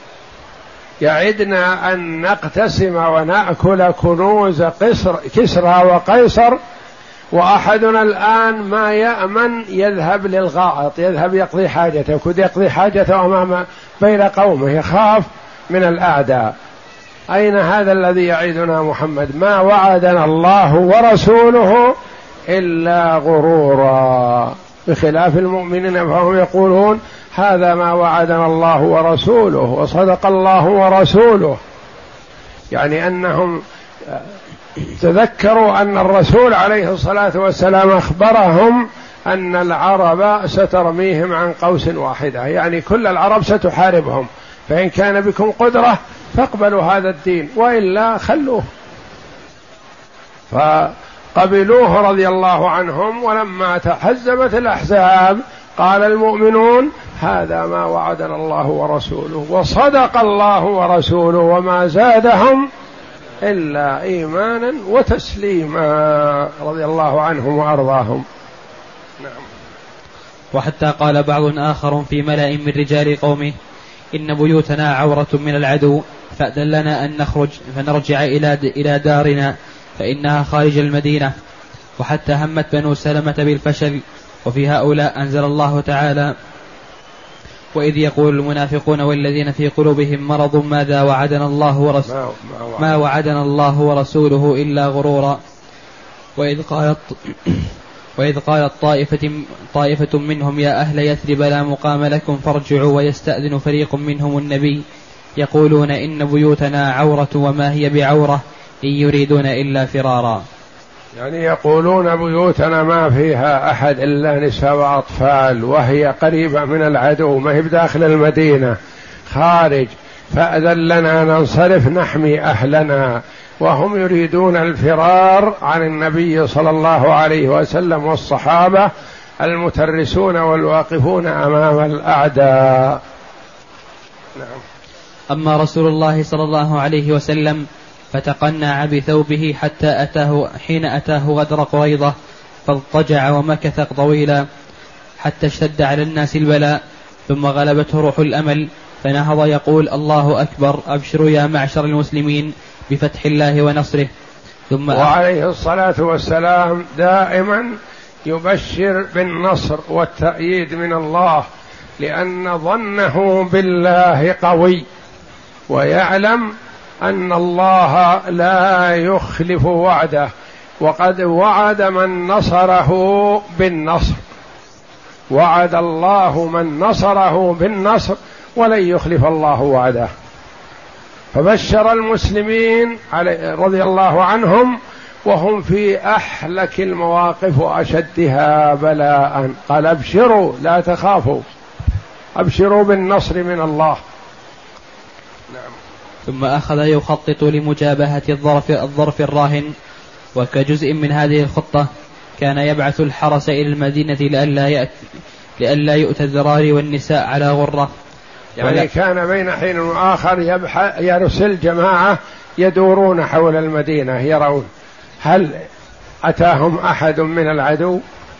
يعدنا أن نقتسم ونأكل كنوز كسرى وقيصر، وأحدنا الآن ما يأمن يذهب للغائط، يذهب يقضي حاجته، كد يقضي حاجته أمام بين قومه، يخاف من الأعداء. أين هذا الذي يعدنا محمد؟ ما وعدنا الله ورسوله إلا غرورا، بخلاف المؤمنين فهم يقولون هذا ما وعدنا الله ورسوله وصدق الله ورسوله. يعني أنهم تذكروا أن الرسول عليه الصلاة والسلام أخبرهم أن العرب سترميهم عن قوس واحدة، يعني كل العرب ستحاربهم، فإن كان بكم قدرة فاقبلوا هذا الدين وإلا خلوه. فقبلوه رضي الله عنهم. ولما تحزبت الأحزاب قال المؤمنون هذا ما وعدنا الله ورسوله وصدق الله ورسوله وما زادهم إلا إيمانا وتسليما رضي الله عنهم وأرضاهم. نعم. وحتى قال بعض آخر في ملأ من رجال قومه إن بيوتنا عورة من العدو فأذن لنا أن نخرج فنرجع إلى دارنا فإنها خارج المدينة. وحتى همت بنو سلمة بالفشل. وفي هؤلاء أنزل الله تعالى وإذ يقول المنافقون والذين في قلوبهم مرض ماذا وعدنا الله ورسوله ما وعدنا الله ورسوله إلا غرورا. وإذ قالت طائفة منهم يا أهل يثرب لا مقام لكم فارجعوا ويستأذن فريق منهم النبي يقولون إن بيوتنا عورة وما هي بعورة إن يريدون إلا فرارا. يعني يقولون بيوتنا ما فيها أحد إلا نساء وأطفال وهي قريبة من العدو ما هي بداخل المدينة خارج، فأذن لنا ننصرف نحمي أهلنا، وهم يريدون الفرار عن النبي صلى الله عليه وسلم والصحابة المترسون والواقفون أمام الأعداء. نعم. أما رسول الله صلى الله عليه وسلم فتقنع بثوبه حين أتاه غدر قريضة فاضطجع ومكث طويلا حتى اشتد على الناس البلاء، ثم غلبته روح الأمل فنهض يقول الله أكبر أبشروا يا معشر المسلمين بفتح الله ونصره. ثم وعليه الصلاة والسلام دائما يبشر بالنصر والتأييد من الله، لأن ظنه بالله قوي ويعلم أن الله لا يخلف وعده، وقد وعد من نصره بالنصر، وعد الله من نصره بالنصر ولن يخلف الله وعده. فبشر المسلمين رضي الله عنهم وهم في أحلك المواقف وأشدها بلاء، قال أبشروا لا تخافوا أبشروا بالنصر من الله. نعم. ثم أخذ يخطط لمجابهة الظرف الراهن، وكجزء من هذه الخطة كان يبعث الحرس إلى المدينة لئلا يؤتى الذراري والنساء على غرة. يعني كان بين حين وآخر يرسل جماعة يدورون حول المدينة يرون هل أتاهم أحد من العدو.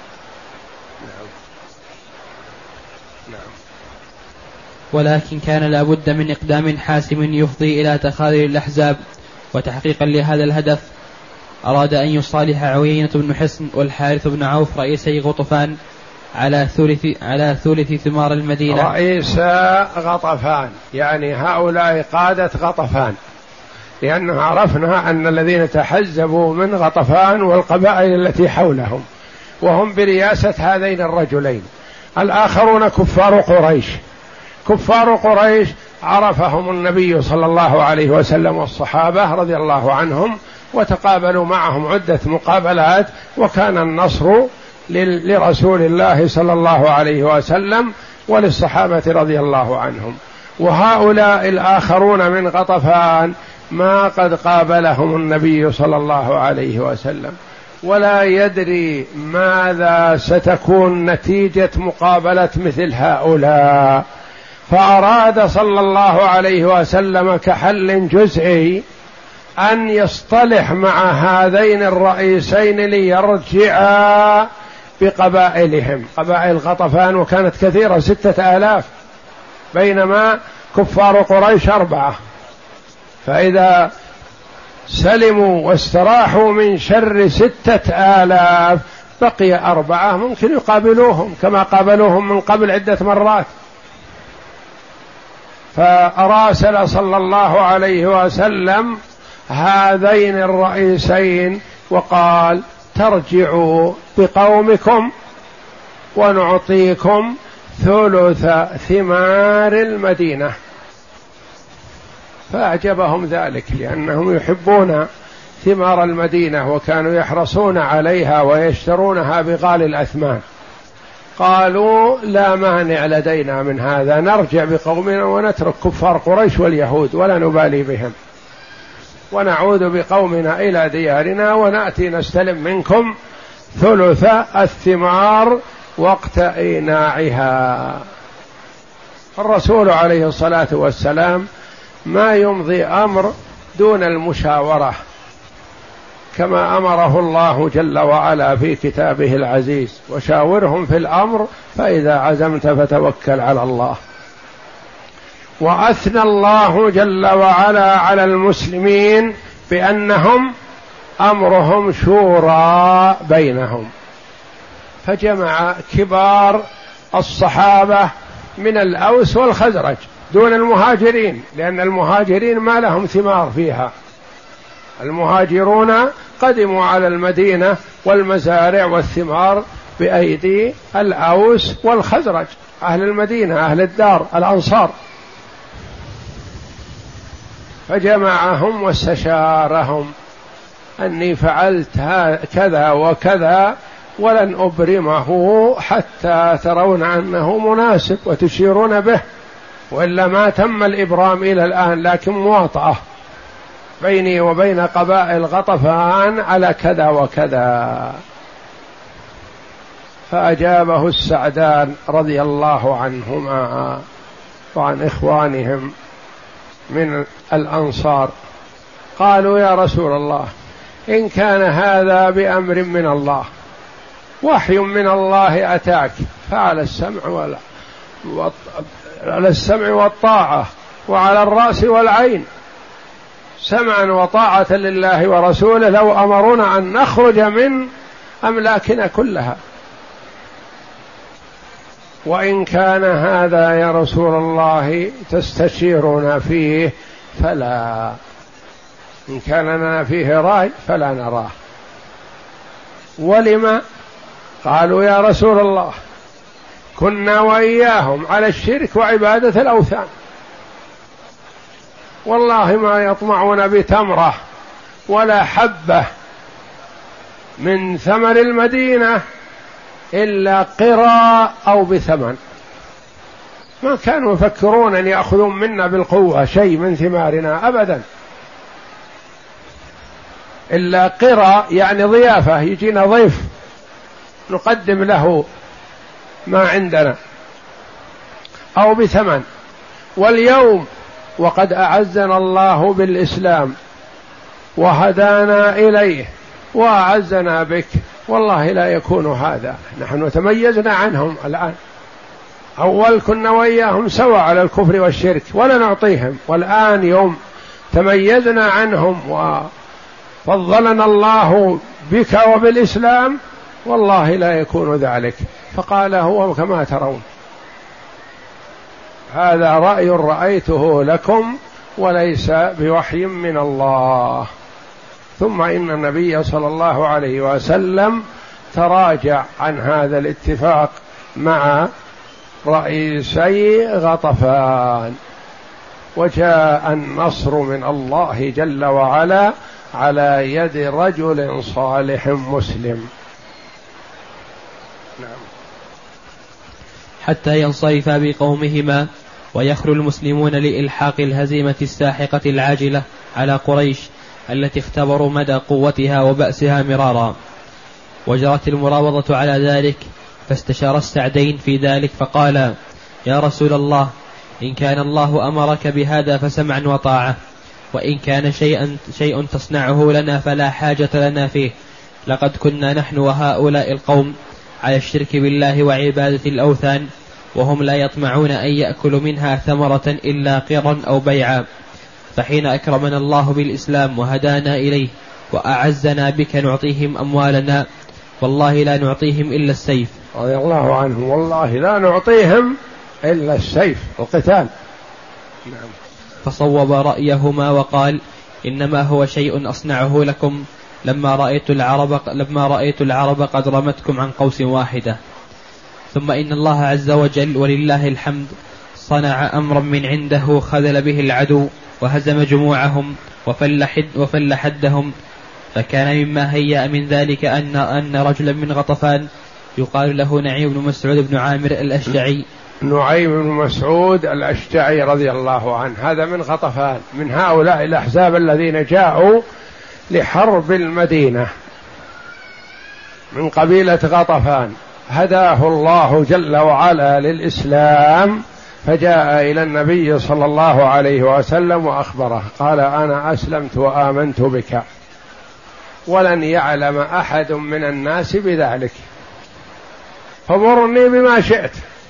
ولكن كان لا بد من إقدام حاسم يفضي إلى تخاذل الأحزاب. وتحقيقا لهذا الهدف أراد أن يصالح عيينة بن حصن والحارث بن عوف رئيسي غطفان على ثلث ثمار المدينة. رئيس غطفان يعني هؤلاء قادة غطفان، لأنه عرفنا أن الذين تحزبوا من غطفان والقبائل التي حولهم وهم برياسة هذين الرجلين. الآخرون كفار قريش. كفار قريش عرفهم النبي صلى الله عليه وسلم والصحابة رضي الله عنهم، وتقابلوا معهم عدة مقابلات، وكان النصر لرسول الله صلى الله عليه وسلم وللصحابة رضي الله عنهم. وهؤلاء الآخرون من غطفان ما قد قابلهم النبي صلى الله عليه وسلم، ولا يدري ماذا ستكون نتيجة مقابلة مثل هؤلاء، فأراد صلى الله عليه وسلم كحل جزئي أن يصطلح مع هذين الرئيسين ليرجعا بقبائلهم، قبائل غطفان وكانت كثيرة 6000 بينما كفار قريش 4. فإذا سلموا واستراحوا من شر 6000 بقي 4 ممكن يقابلوهم كما قابلوهم من قبل عدة مرات. فأراسل صلى الله عليه وسلم هذين الرئيسين وقال ترجعوا بقومكم ونعطيكم ثلث ثمار المدينة. فأعجبهم ذلك لأنهم يحبون ثمار المدينة وكانوا يحرصون عليها ويشترونها بغالي الأثمان. قالوا لا مانع لدينا من هذا، نرجع بقومنا ونترك كفار قريش واليهود ولا نبالي بهم، ونعود بقومنا إلى ديارنا ونأتي نستلم منكم ثلث الثمار وقت إيناعها. الرسول عليه الصلاة والسلام ما يمضي أمر دون المشاورة، كما أمره الله جل وعلا في كتابه العزيز: وشاورهم في الأمر فإذا عزمت فتوكل على الله. وأثنى الله جل وعلا على المسلمين بأنهم أمرهم شورى بينهم، فجمع كبار الصحابة من الأوس والخزرج دون المهاجرين، لأن المهاجرين ما لهم ثمار فيها. المهاجرون قدموا على المدينة والمزارع والثمار بأيدي الأوس والخزرج، أهل المدينة أهل الدار الأنصار. فجمعهم واستشارهم: أني فعلت كذا وكذا ولن أبرمه حتى ترون أنه مناسب وتشيرون به، وإلا ما تم الإبرام إلى الآن، لكن مواطأة بيني وبين قبائل غطفان على كذا وكذا. فأجابه السعدان رضي الله عنهما وعن إخوانهم من الأنصار، قالوا: يا رسول الله، إن كان هذا بأمر من الله، وحي من الله أتاك، فعلى السمع والطاعة وعلى الرأس والعين، سمعا وطاعة لله ورسوله لو أمرونا أن نخرج من أملاكنا كلها. وإن كان هذا يا رسول الله تستشيرنا فيه فلا، إن كان لنا فيه رأي فلا نراه. ولما؟ قالوا: يا رسول الله، كنا وإياهم على الشرك وعبادة الأوثان، والله ما يطمعون بتمرة ولا حبة من ثمر المدينة إلا قرى أو بثمن، ما كانوا يفكرون أن يأخذون منا بالقوة شيء من ثمارنا أبدا، إلا قرى يعني ضيافة، يجينا ضيف نقدم له ما عندنا، أو بثمن. واليوم وقد أعزنا الله بالإسلام وهدانا إليه وأعزنا بك، والله لا يكون هذا، نحن تميزنا عنهم الآن، أول كنا وإياهم سوا على الكفر والشرك ولا نعطيهم، والآن يوم تميزنا عنهم وفضلنا الله بك وبالإسلام، والله لا يكون ذلك. فقال: هو كما ترون، هذا رأي رأيته لكم وليس بوحي من الله. ثم إن النبي صلى الله عليه وسلم تراجع عن هذا الاتفاق مع رئيسي غطفان، وجاء النصر من الله جل وعلا على يد رجل صالح مسلم. نعم. حتى ينصرف بقومهما ويخلو المسلمون لإلحاق الهزيمة الساحقة العاجلة على قريش التي اختبروا مدى قوتها وبأسها مرارا. وجرت المراوضة على ذلك، فاستشار السعدين في ذلك فقال: يا رسول الله، إن كان الله أمرك بهذا فسمعا وطاعة، وإن كان شيء تصنعه لنا فلا حاجة لنا فيه، لقد كنا نحن وهؤلاء القوم على الشرك بالله وعبادة الأوثان، وهم لا يطمعون أن يأكلوا منها ثمرة إلا قرا أو بيعا، فحين أكرمنا الله بالإسلام وهدانا إليه وأعزنا بك نعطيهم أموالنا، والله لا نعطيهم إلا السيف. رضي الله عنه: والله لا نعطيهم إلا السيف، القتال. نعم. فصوب رأيهما وقال: إنما هو شيء أصنعه لكم لما رأيت العرب قد رمتكم عن قوس واحدة. ثم إن الله عز وجل ولله الحمد صنع أمرا من عنده خذل به العدو وهزم جموعهم وفل حدهم. فكان مما هيأ من ذلك أن رجلا من غطفان يقال له نعيم بن مسعود بن عامر الأشجعي. نعيم بن مسعود الأشجعي رضي الله عنه، هذا من غطفان، من هؤلاء الأحزاب الذين جاءوا لحرب المدينة من قبيلة غطفان، هداه الله جل وعلا للإسلام، فجاء إلى النبي صلى الله عليه وسلم وأخبره، قال أنا أسلمت وآمنت بك ولن يعلم أحد من الناس بذلك، فمرني بما شئت.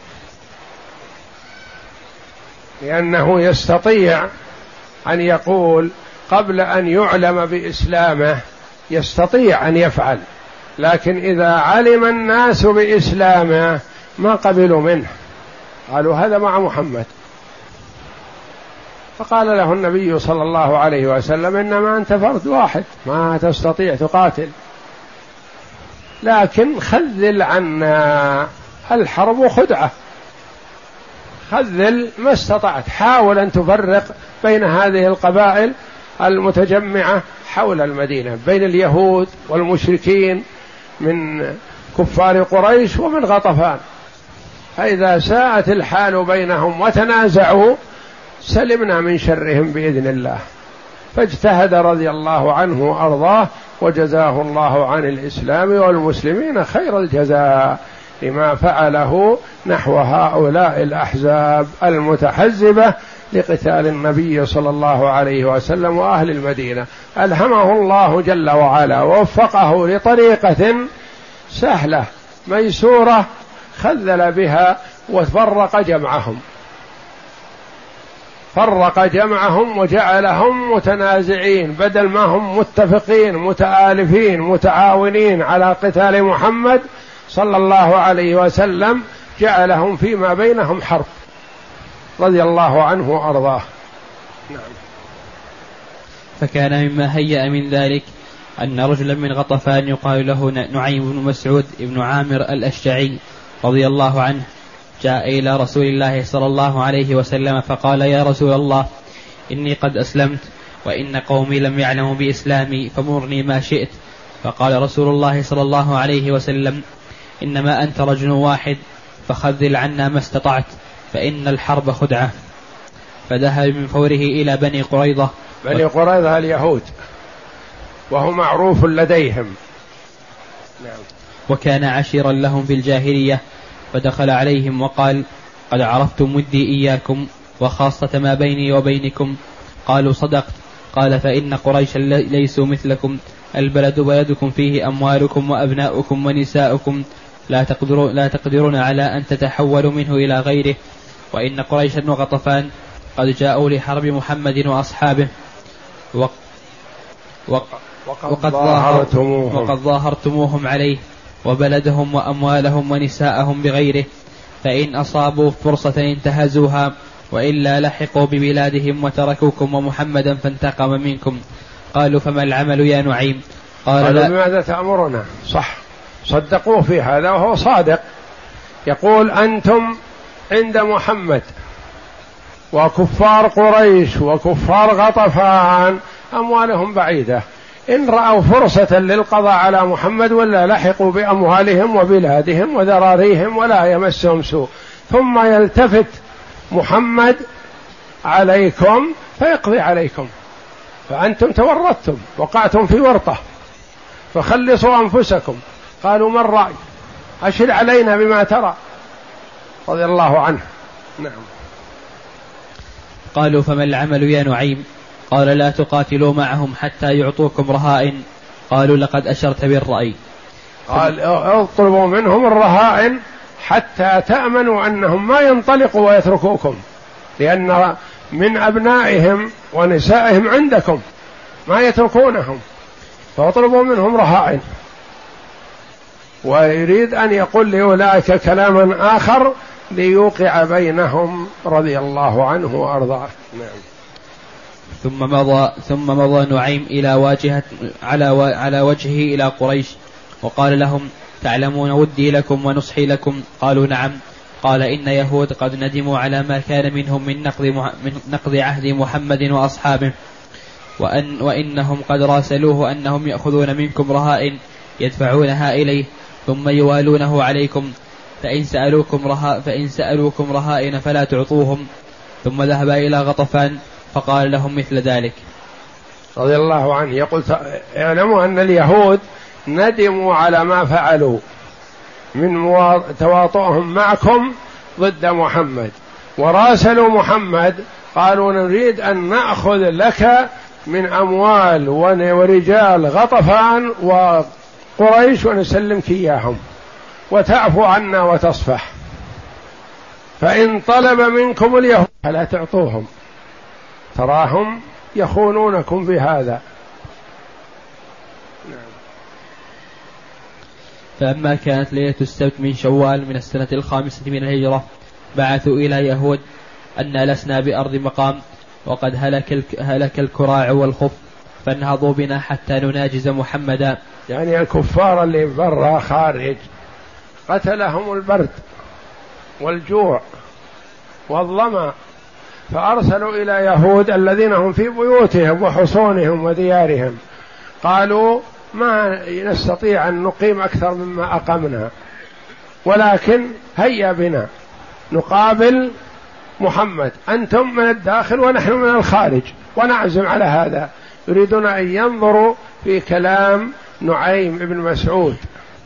لأنه يستطيع أن يقول قبل أن يعلم بإسلامه، يستطيع أن يفعل، لكن إذا علم الناس بإسلامه ما قبلوا منه، قالوا هذا مع محمد. فقال له النبي صلى الله عليه وسلم إنما أنت فرد واحد ما تستطيع تقاتل، لكن خذل عنا، الحرب خدعة، خذل ما استطعت، حاول أن تفرق بين هذه القبائل المتجمعة حول المدينة، بين اليهود والمشركين من كفار قريش ومن غطفان، فإذا ساءت الحال بينهم وتنازعوا سلمنا من شرهم بإذن الله. فاجتهد رضي الله عنه وأرضاه، وجزاه الله عن الإسلام والمسلمين خير الجزاء لما فعله نحو هؤلاء الأحزاب المتحزبة لقتال النبي صلى الله عليه وسلم وأهل المدينة. ألهمه الله جل وعلا ووفقه لطريقة سهلة ميسورة خذل بها وفرق جمعهم، فرق جمعهم وجعلهم متنازعين، بدل ما هم متفقين متآلفين متعاونين على قتال محمد صلى الله عليه وسلم، جعلهم فيما بينهم حرب رضي الله عنه وأرضاه. نعم. فكان مما هيأ من ذلك أن رجلا من غطفان يقال له نعيم بن مسعود بن عامر الأشجعي رضي الله عنه جاء إلى رسول الله صلى الله عليه وسلم فقال يا رسول الله إني قد أسلمت وإن قومي لم يعلموا بإسلامي فمرني ما شئت. فقال رسول الله صلى الله عليه وسلم إنما أنت رجل واحد فخذل عنا ما استطعت فإن الحرب خدعة. فذهب من فوره إلى بني قريظة. بني قريظة اليهود وهو معروف لديهم. نعم. وكان عشيرا لهم في الجاهلية، فدخل عليهم وقال قد عرفت مدي إياكم وخاصة ما بيني وبينكم. قالوا صدقت. قال فإن قريشا ليسوا مثلكم، البلد بلدكم فيه أموالكم وأبناؤكم ونساؤكم لا تقدرون على أن تتحولوا منه إلى غيره، وإن قريشا وغطفان قد جاءوا لحرب محمد وأصحابه وقد ظاهرتموهم عليه وبلدهم وأموالهم ونساءهم بغيره، فإن أصابوا فرصة انتهزوها وإلا لحقوا ببلادهم وتركوكم ومحمدا فانتقم منكم. قالوا فما العمل يا نعيم؟ قال لا. بماذا تأمرنا؟ صح، صدقوه في هذا وهو صادق، يقول أنتم عند محمد وكفار قريش وكفار غطفان أموالهم بعيدة، إن رأوا فرصة للقضاء على محمد ولا لحقوا بأموالهم وبلادهم وذراريهم ولا يمسهم سوء، ثم يلتفت محمد عليكم فيقضي عليكم، فأنتم تورطتم وقعتم في ورطة، فخلصوا أنفسكم. قالوا ما الرأي؟ أشر علينا بما ترى رضي الله عنه. نعم. قالوا فما العمل يا نعيم؟ قال لا تقاتلوا معهم حتى يعطوكم رهائن. قالوا لقد أشرت بالرأي. قال اطلبوا منهم الرهائن حتى تأمنوا أنهم ما ينطلقوا ويتركوكم، لأن من أبنائهم ونسائهم عندكم ما يتركونهم، فاطلبوا منهم رهائن. ويريد أن يقول لأولئك كلاما آخر ليوقع بينهم رضي الله عنه وأرضاه. نعم. ثم مضى نعيم على وجهه إلى قريش وقال لهم تعلمون ودي لكم ونصحي لكم؟ قالوا نعم. قال إن يهود قد ندموا على ما كان منهم من نقض عهد محمد وأصحابه، وإنهم قد راسلوه أنهم يأخذون منكم رهائن يدفعونها إليه ثم يوالونه عليكم، فإن سألوكم رهائن فلا تعطوهم. ثم ذهب إلى غطفان فقال لهم مثل ذلك رضي الله عنه. يقول اعلموا أن اليهود ندموا على ما فعلوا من تواطؤهم معكم ضد محمد، وراسلوا محمد قالوا نريد أن نأخذ لك من أموال ورجال غطفان وقريش ونسلمك إياهم وتعفو عنا وتصفح، فإن طلب منكم اليهود فلا تعطوهم، تراهم يخونونكم بهذا. فلما كانت ليلة السبت من شوال من السنة 5 من الهجرة بعثوا إلى يهود أن لسنا بأرض مقام وقد هلك الكراع والخف، فانهضوا بنا حتى نناجز محمدا. يعني الكفار اللي برا خارج قتلهم البرد والجوع والظمأ، فأرسلوا إلى يهود الذين هم في بيوتهم وحصونهم وديارهم، قالوا ما نستطيع أن نقيم أكثر مما أقمنا، ولكن هيا بنا نقابل محمد، أنتم من الداخل ونحن من الخارج، ونعزم على هذا. يريدون أن ينظروا في كلام نعيم بن مسعود،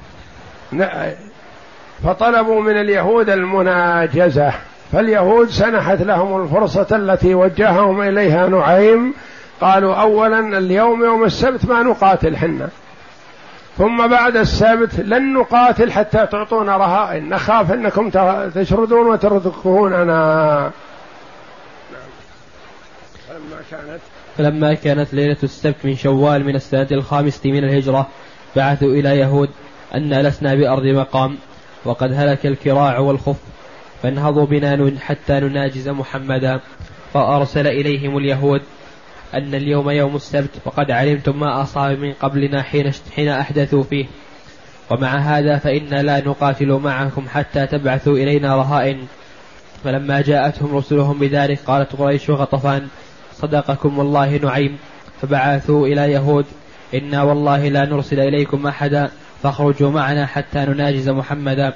فطلبوا من اليهود المناجزة، فاليهود سنحت لهم الفرصة التي وجههم إليها نعيم. قالوا أولا اليوم يوم السبت ما نقاتل حنا، ثم بعد السبت لن نقاتل حتى تعطونا رهائن، نخاف أنكم تشردون وتركوننا. فلما كانت ليلة السبت من شوال من السنة 5 من الهجرة بعثوا إلى يهود أن لسنا بأرض مقام وقد هلك الكراع والخف، فانهضوا بنا حتى نناجز محمدا. فأرسل إليهم اليهود أن اليوم يوم السبت وقد علمتم ما أصاب من قبلنا حين أحدثوا فيه، ومع هذا فإنا لا نقاتل معكم حتى تبعثوا إلينا رهائن. فلما جاءتهم رسلهم بذلك قالت قريش وغطفان صدقكم والله نعيم، فبعثوا إلى يهود إنا والله لا نرسل إليكم أحدا فاخرجوا معنا حتى نناجز محمدا.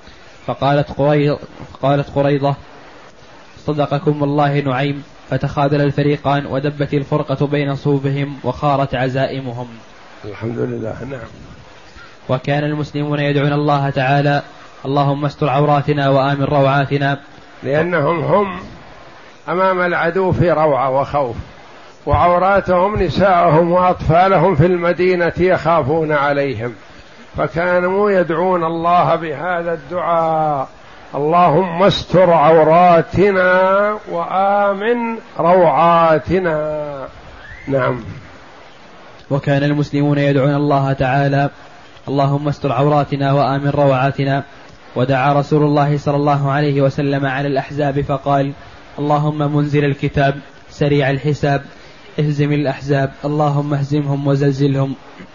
قالت قريضة صدقكم والله نعيم، فتخاذل الفريقان ودبت الفرقة بين صوبهم وخارت عزائمهم. الحمد لله. نعم. وكان المسلمون يدعون الله تعالى اللهم استر عوراتنا وآمن روعاتنا، لأنهم هم أمام العدو في روعة وخوف، وعوراتهم نساءهم وأطفالهم في المدينة يخافون عليهم، فكانوا يدعون الله بهذا الدعاء اللهم استر عوراتنا وآمن روعاتنا. نعم. وكان المسلمون يدعون الله تعالى اللهم استر عوراتنا وآمن روعاتنا. ودعا رسول الله صلى الله عليه وسلم على الأحزاب فقال اللهم منزل الكتاب سريع الحساب اهزم الأحزاب اللهم اهزمهم وزلزلهم.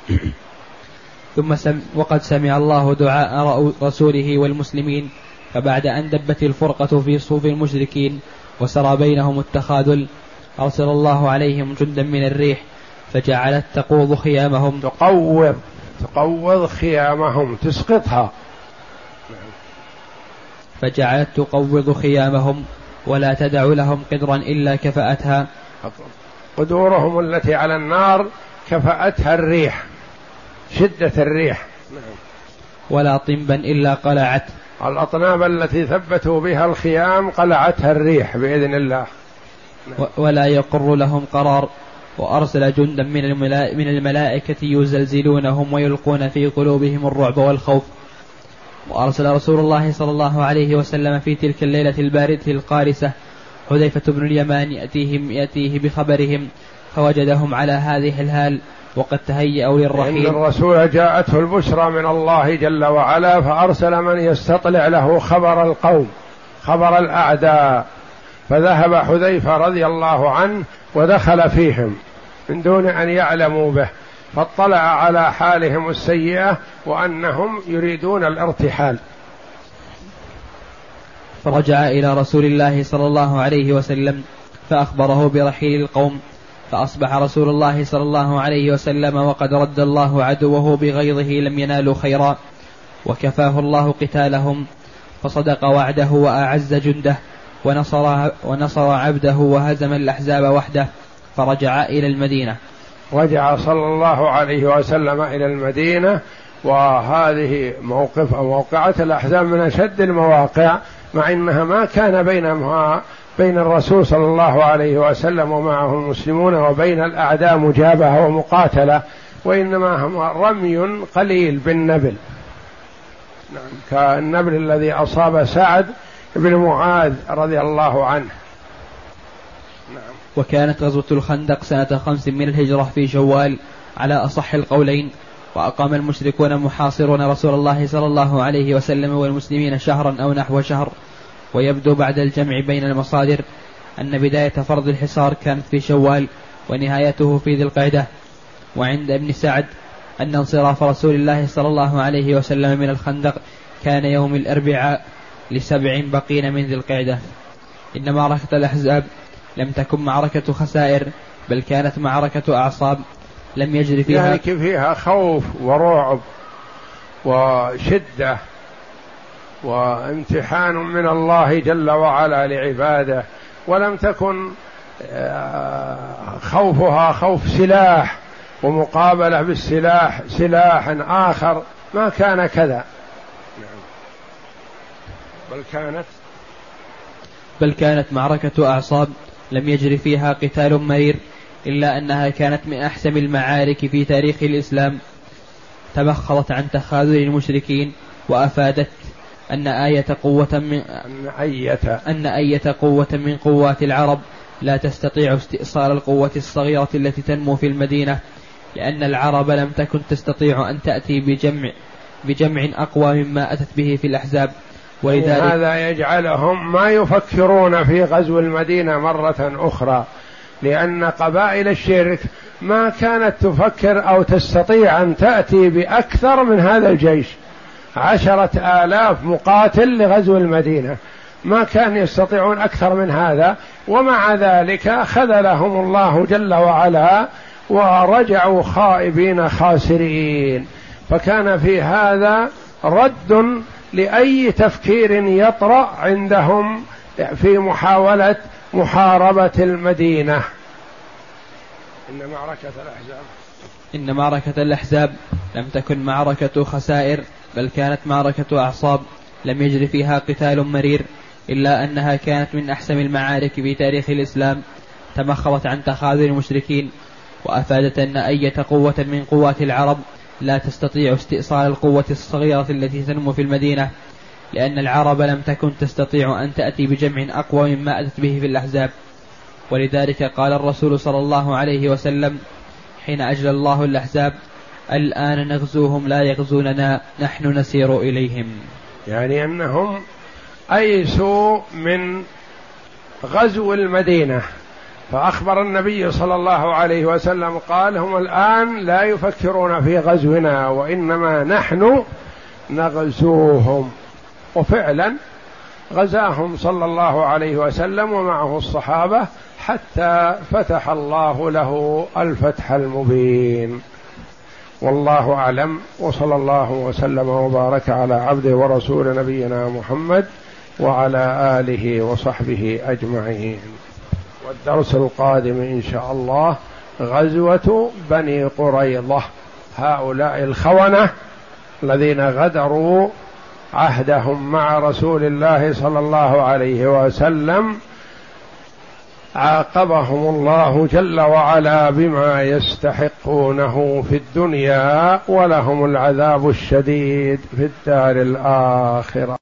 وقد سمع الله دعاء رسوله والمسلمين، فبعد أن دبت الفرقة في صوف المشركين وسرى بينهم التخاذل أرسل الله عليهم جندا من الريح فجعلت تقوض خيامهم، تقوض خيامهم، تسقطها، فجعلت تقوض خيامهم ولا تدع لهم قدرا إلا كفأتها، قدورهم التي على النار كفأتها الريح، شدة الريح. ولا طنبا إلا قلعت، الأطناب التي ثبتوا بها الخيام قلعتها الريح بإذن الله. ولا يقر لهم قرار. وأرسل جندا من الملائكة يزلزلونهم ويلقون في قلوبهم الرعب والخوف. وأرسل رسول الله صلى الله عليه وسلم في تلك الليلة الباردة القارسة حذيفة بن اليمان يأتيه بخبرهم، فوجدهم على هذه الحال وقد تهيأوا للرحيل. إن الرسول جاءته البشرى من الله جل وعلا، فأرسل من يستطلع له خبر القوم، خبر الأعداء، فذهب حذيفة رضي الله عنه ودخل فيهم من دون أن يعلموا به، فاطلع على حالهم السيئة وأنهم يريدون الارتحال. فرجع إلى رسول الله صلى الله عليه وسلم فأخبره برحيل القوم، فأصبح رسول الله صلى الله عليه وسلم وقد رد الله عدوه بغيظه لم ينالوا خيرا، وكفاه الله قتالهم، فصدق وعده وأعز جنده ونصر عبده وهزم الأحزاب وحده، فرجع إلى المدينة. رجع صلى الله عليه وسلم إلى المدينة، وهذه موقعة الأحزاب من أشد المواقع، مع أنها ما كان بين الرسول صلى الله عليه وسلم ومعه المسلمون وبين الأعداء مجابهة ومقاتلة، وإنما هم رمي قليل بالنبل، كالنبل الذي أصاب سعد بن معاذ رضي الله عنه. وكانت غزوة الخندق سنة 5 من الهجرة في شوال على أصح القولين، وأقام المشركون محاصرون رسول الله صلى الله عليه وسلم والمسلمين شهرا أو نحو شهر. ويبدو بعد الجمع بين المصادر أن بداية فرض الحصار كانت في شوال ونهايته في ذي القعدة. وعند ابن سعد أن انصراف رسول الله صلى الله عليه وسلم من الخندق كان يوم الأربعاء ل7 بقين من ذي القعدة. إن معركة الأحزاب لم تكن معركة خسائر، بل كانت معركة أعصاب لم يجري فيها يعني فيها خوف ورعب وشدة وامتحان من الله جل وعلا لعباده، ولم تكن خوفها خوف سلاح ومقابلة بالسلاح سلاح آخر، ما كان كذا، بل كانت معركة أعصاب لم يجري فيها قتال مرير، إلا أنها كانت من أحسم المعارك في تاريخ الإسلام، تبخرت عن تخاذل المشركين، وأفادت أن أية قوة من قوات العرب لا تستطيع استئصال القوة الصغيرة التي تنمو في المدينة، لأن العرب لم تكن تستطيع أن تأتي بجمع أقوى مما أتت به في الأحزاب. ولذلك هذا يجعلهم ما يفكرون في غزو المدينة مرة أخرى، لأن قبائل الشرك ما كانت تفكر أو تستطيع أن تأتي بأكثر من هذا الجيش، 10,000 مقاتل لغزو المدينة، ما كان يستطيعون أكثر من هذا، ومع ذلك خذلهم الله جل وعلا ورجعوا خائبين خاسرين. فكان في هذا رد لأي تفكير يطرأ عندهم في محاولة محاربة المدينة. إن معركة الأحزاب لم تكن معركة خسائر، بل كانت معركة أعصاب لم يجري فيها قتال مرير، إلا أنها كانت من أحسم المعارك في تاريخ الإسلام، تمخضت عن تخاذل المشركين، وأفادت أن أية قوة من قوات العرب لا تستطيع استئصال القوة الصغيرة التي تنمو في المدينة، لأن العرب لم تكن تستطيع أن تأتي بجمع أقوى مما أتت به في الأحزاب. ولذلك قال الرسول صلى الله عليه وسلم حين أجل الله الأحزاب: الآن نغزوهم لا يغزوننا، نحن نسير إليهم. يعني أنهم أيسوا من غزو المدينة، فأخبر النبي صلى الله عليه وسلم قال: هم الآن لا يفكرون في غزونا، وإنما نحن نغزوهم. وفعلا غزاهم صلى الله عليه وسلم ومعه الصحابة حتى فتح الله له الفتح المبين. والله أعلم، وصلى الله وسلم وبارك على عبده ورسول نبينا محمد وعلى آله وصحبه أجمعين. والدرس القادم إن شاء الله غزوة بني قريظة، هؤلاء الخونة الذين غدروا عهدهم مع رسول الله صلى الله عليه وسلم، عاقبهم الله جل وعلا بما يستحقونه في الدنيا، ولهم العذاب الشديد في الدار الآخرة.